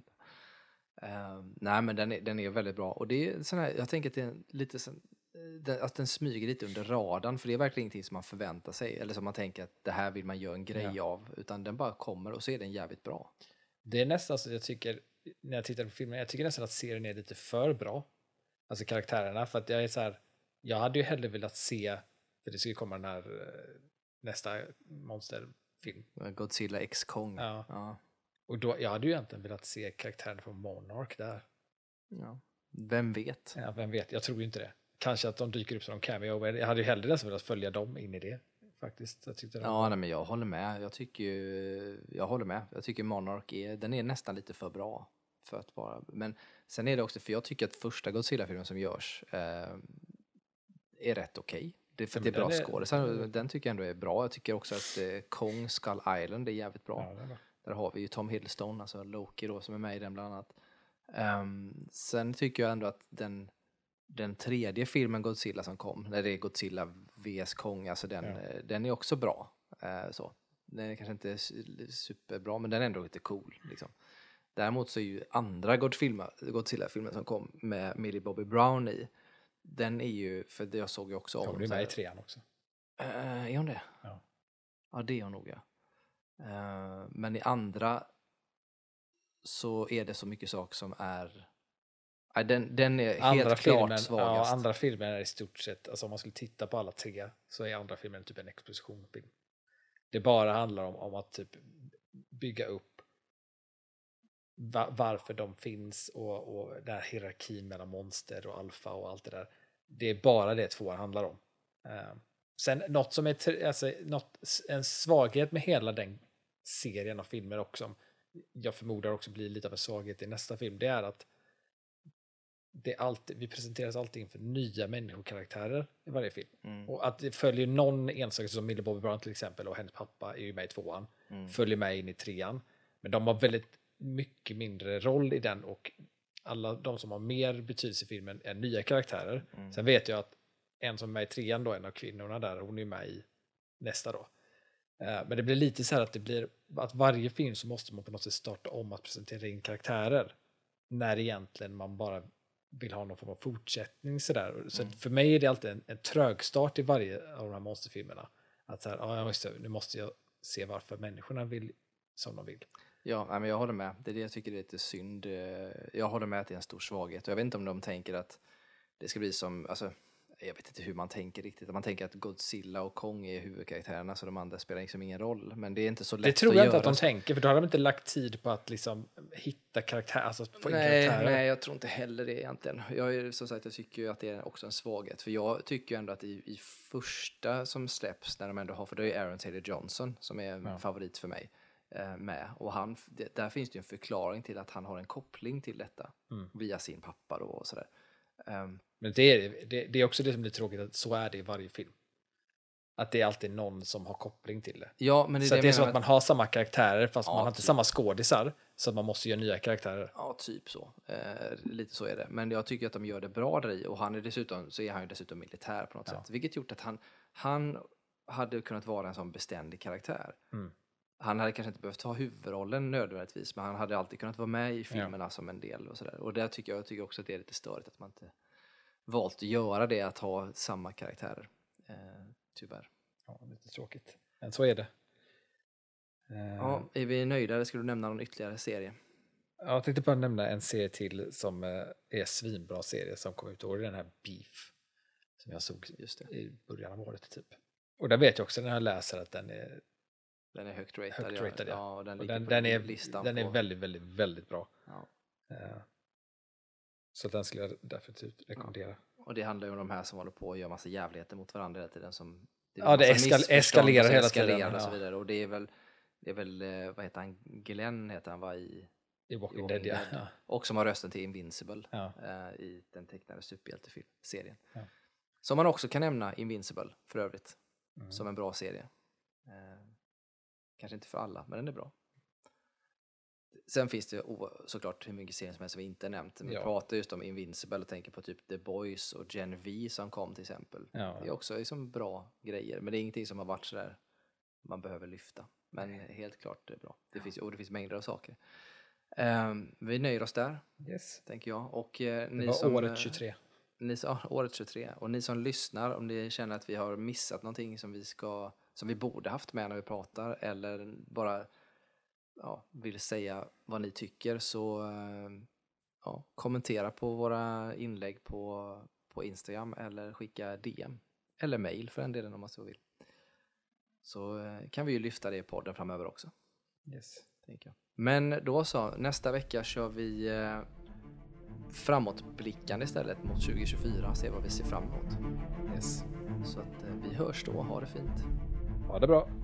Nej, men den är väldigt bra, och det är sån här, jag tänker att det är lite sån, att den smyger lite under radarn, för det är verkligen ingenting som man förväntar sig, eller som man tänker att det här vill man göra en grej av, utan den bara kommer, och så är den jävligt bra. Det är nästan så jag tycker, när jag tittar på filmen, jag tycker nästan att serien är lite för bra, alltså karaktärerna, för att jag är så här, jag hade ju hellre velat se, för det skulle komma den här nästa monsterfilm, Godzilla X Kong. Ja. Och då, jag hade ju egentligen velat se karaktären från Monarch där. Ja. Vem vet? Ja, vem vet, jag tror ju inte det. Kanske att de dyker upp som cameo, men jag hade ju hellre nästan velat följa dem in i det. Faktiskt. Jag tyckte men jag håller med. Jag håller med. Jag tycker Monarch den är nästan lite för bra för att vara. Men sen är det också, för jag tycker att första Godzilla-filmen som görs är rätt okej. Det är för att det är bra skådespelare. Den tycker jag ändå är bra. Jag tycker också att Kong Skull Island är jävligt bra. Ja, där har vi ju Tom Hiddleston, alltså Loki då, som är med i den bland annat. Sen tycker jag ändå att den tredje filmen Godzilla som kom, när det är Godzilla vs Kong, alltså den är också bra. Så. Den är kanske inte superbra, men den är ändå lite cool. Liksom. Däremot så är ju andra Godzilla-filmen som kom med Millie Bobby Brown i, den är ju, för jag såg ju också om... Hon är med i trean också. Är hon det? Ja. Ja, det är hon nog, ja. Men i andra så är det så mycket saker som är Nej, den är helt klart svagast. Andra filmer är i stort sett, alltså om man skulle titta på alla 3 så är andra filmen typ en expositionfilm. Det bara handlar om att typ bygga upp varför de finns och den här hierarkin mellan monster och alfa och allt det där. Det är bara det 2 handlar om. Sen något som är en svaghet med hela den serien av filmer också, jag förmodar också blir lite av en svaghet i nästa film, det är att vi presenteras alltid inför nya människokaraktärer i varje film. Och att det följer någon enstaka, som Millie Bobby Brown till exempel, och hennes pappa är ju med i 2:an, följer med in i 3:an, men de har väldigt mycket mindre roll i den, och alla de som har mer betydelse i filmen är nya karaktärer. Sen vet jag att en som är med i 3:an då, en av kvinnorna där, hon är med i nästa då. Men det blir lite så här att det blir att varje film så måste man på något sätt starta om att presentera in karaktärer, när egentligen man bara vill ha någon form av fortsättning sådär. Så för mig är det alltid en trögstart i varje av de här monsterfilmerna. Att så här, nu måste jag se varför människorna vill som de vill. Ja, men jag håller med. Det är det jag tycker är lite synd. Jag håller med att det är en stor svaghet. Och jag vet inte om de tänker att det ska bli som, alltså, jag vet inte hur man tänker riktigt. Man tänker att Godzilla och Kong är huvudkaraktärerna, så de andra spelar liksom ingen roll. Men det är inte så lätt att göra. Det tror jag inte att de tänker, för då har de inte lagt tid på att liksom hitta karaktärer, alltså få in karaktärer. Nej, jag tror inte heller det egentligen. Jag tycker ju att det är också en svaghet. För jag tycker ju ändå att i första som släpps, när de ändå har, för det är Aaron Taylor Johnson som är en favorit för mig, med. Och där finns det ju en förklaring till att han har en koppling till detta via sin pappa då och sådär. Men det är också det som blir tråkigt, att så är det i varje film. Att det är alltid någon som har koppling till det. Ja, men så det är så att man har samma karaktärer, fast man har inte typ samma skådisar, så att man måste göra nya karaktärer. Ja, typ så. Lite så är det. Men jag tycker att de gör det bra där i. Och han är ju dessutom militär på något sätt. Vilket gjort att han hade kunnat vara en sån beständig karaktär. Han hade kanske inte behövt ha huvudrollen nödvändigtvis, men han hade alltid kunnat vara med i filmerna som en del och sådär. Och där tycker jag också att det är lite störigt att man inte valt att göra det, att ha samma karaktärer. Tyvärr. Ja, lite tråkigt. Men så är det. Ja, är vi nöjda, eller ska du nämna någon ytterligare serie? Ja, jag tänkte bara nämna en serie till som är svinbra serie som kom ut år, den här Beef. Som jag såg i början av året typ. Och där vet jag också när jag läser att den är högt ratad. Ja, och den är väldigt, väldigt, väldigt bra. Ja. Så den skulle jag därför typ rekommendera. Och det handlar ju om de här som håller på att göra massa jävligheter mot varandra hela tiden. Det eskalerar hela tiden. Och så vidare. Och det är väl vad heter han? Glenn heter han, var i Walking Dead, ja. Och som har rösten till Invincible i den tecknade superhjälteserien. Ja. Som man också kan nämna Invincible för övrigt. Som en bra serie. Kanske inte för alla, men den är bra. Sen finns det såklart hur mycket serier som helst som vi inte nämnt. Men vi pratar just om Invincible och tänker på typ The Boys och Gen V som kom till exempel. Ja. Det är också liksom bra grejer, men det är ingenting som har varit så där man behöver lyfta. Men helt klart det är bra. Det finns mängder av saker. Vi nöjer oss där, tänker jag. Och det var året 23. Året 23. Och ni som lyssnar, om ni känner att vi har missat någonting som vi borde haft med när vi pratar, eller bara vill säga vad ni tycker, så kommentera på våra inlägg på Instagram, eller skicka DM eller mail för en delen om man så vill. Så kan vi ju lyfta det i podden framöver också. Tänker jag. Men då så, nästa vecka kör vi framåtblickande istället mot 2024, se vad vi ser fram emot. Så att vi hörs då, ha det fint. Ha det bra.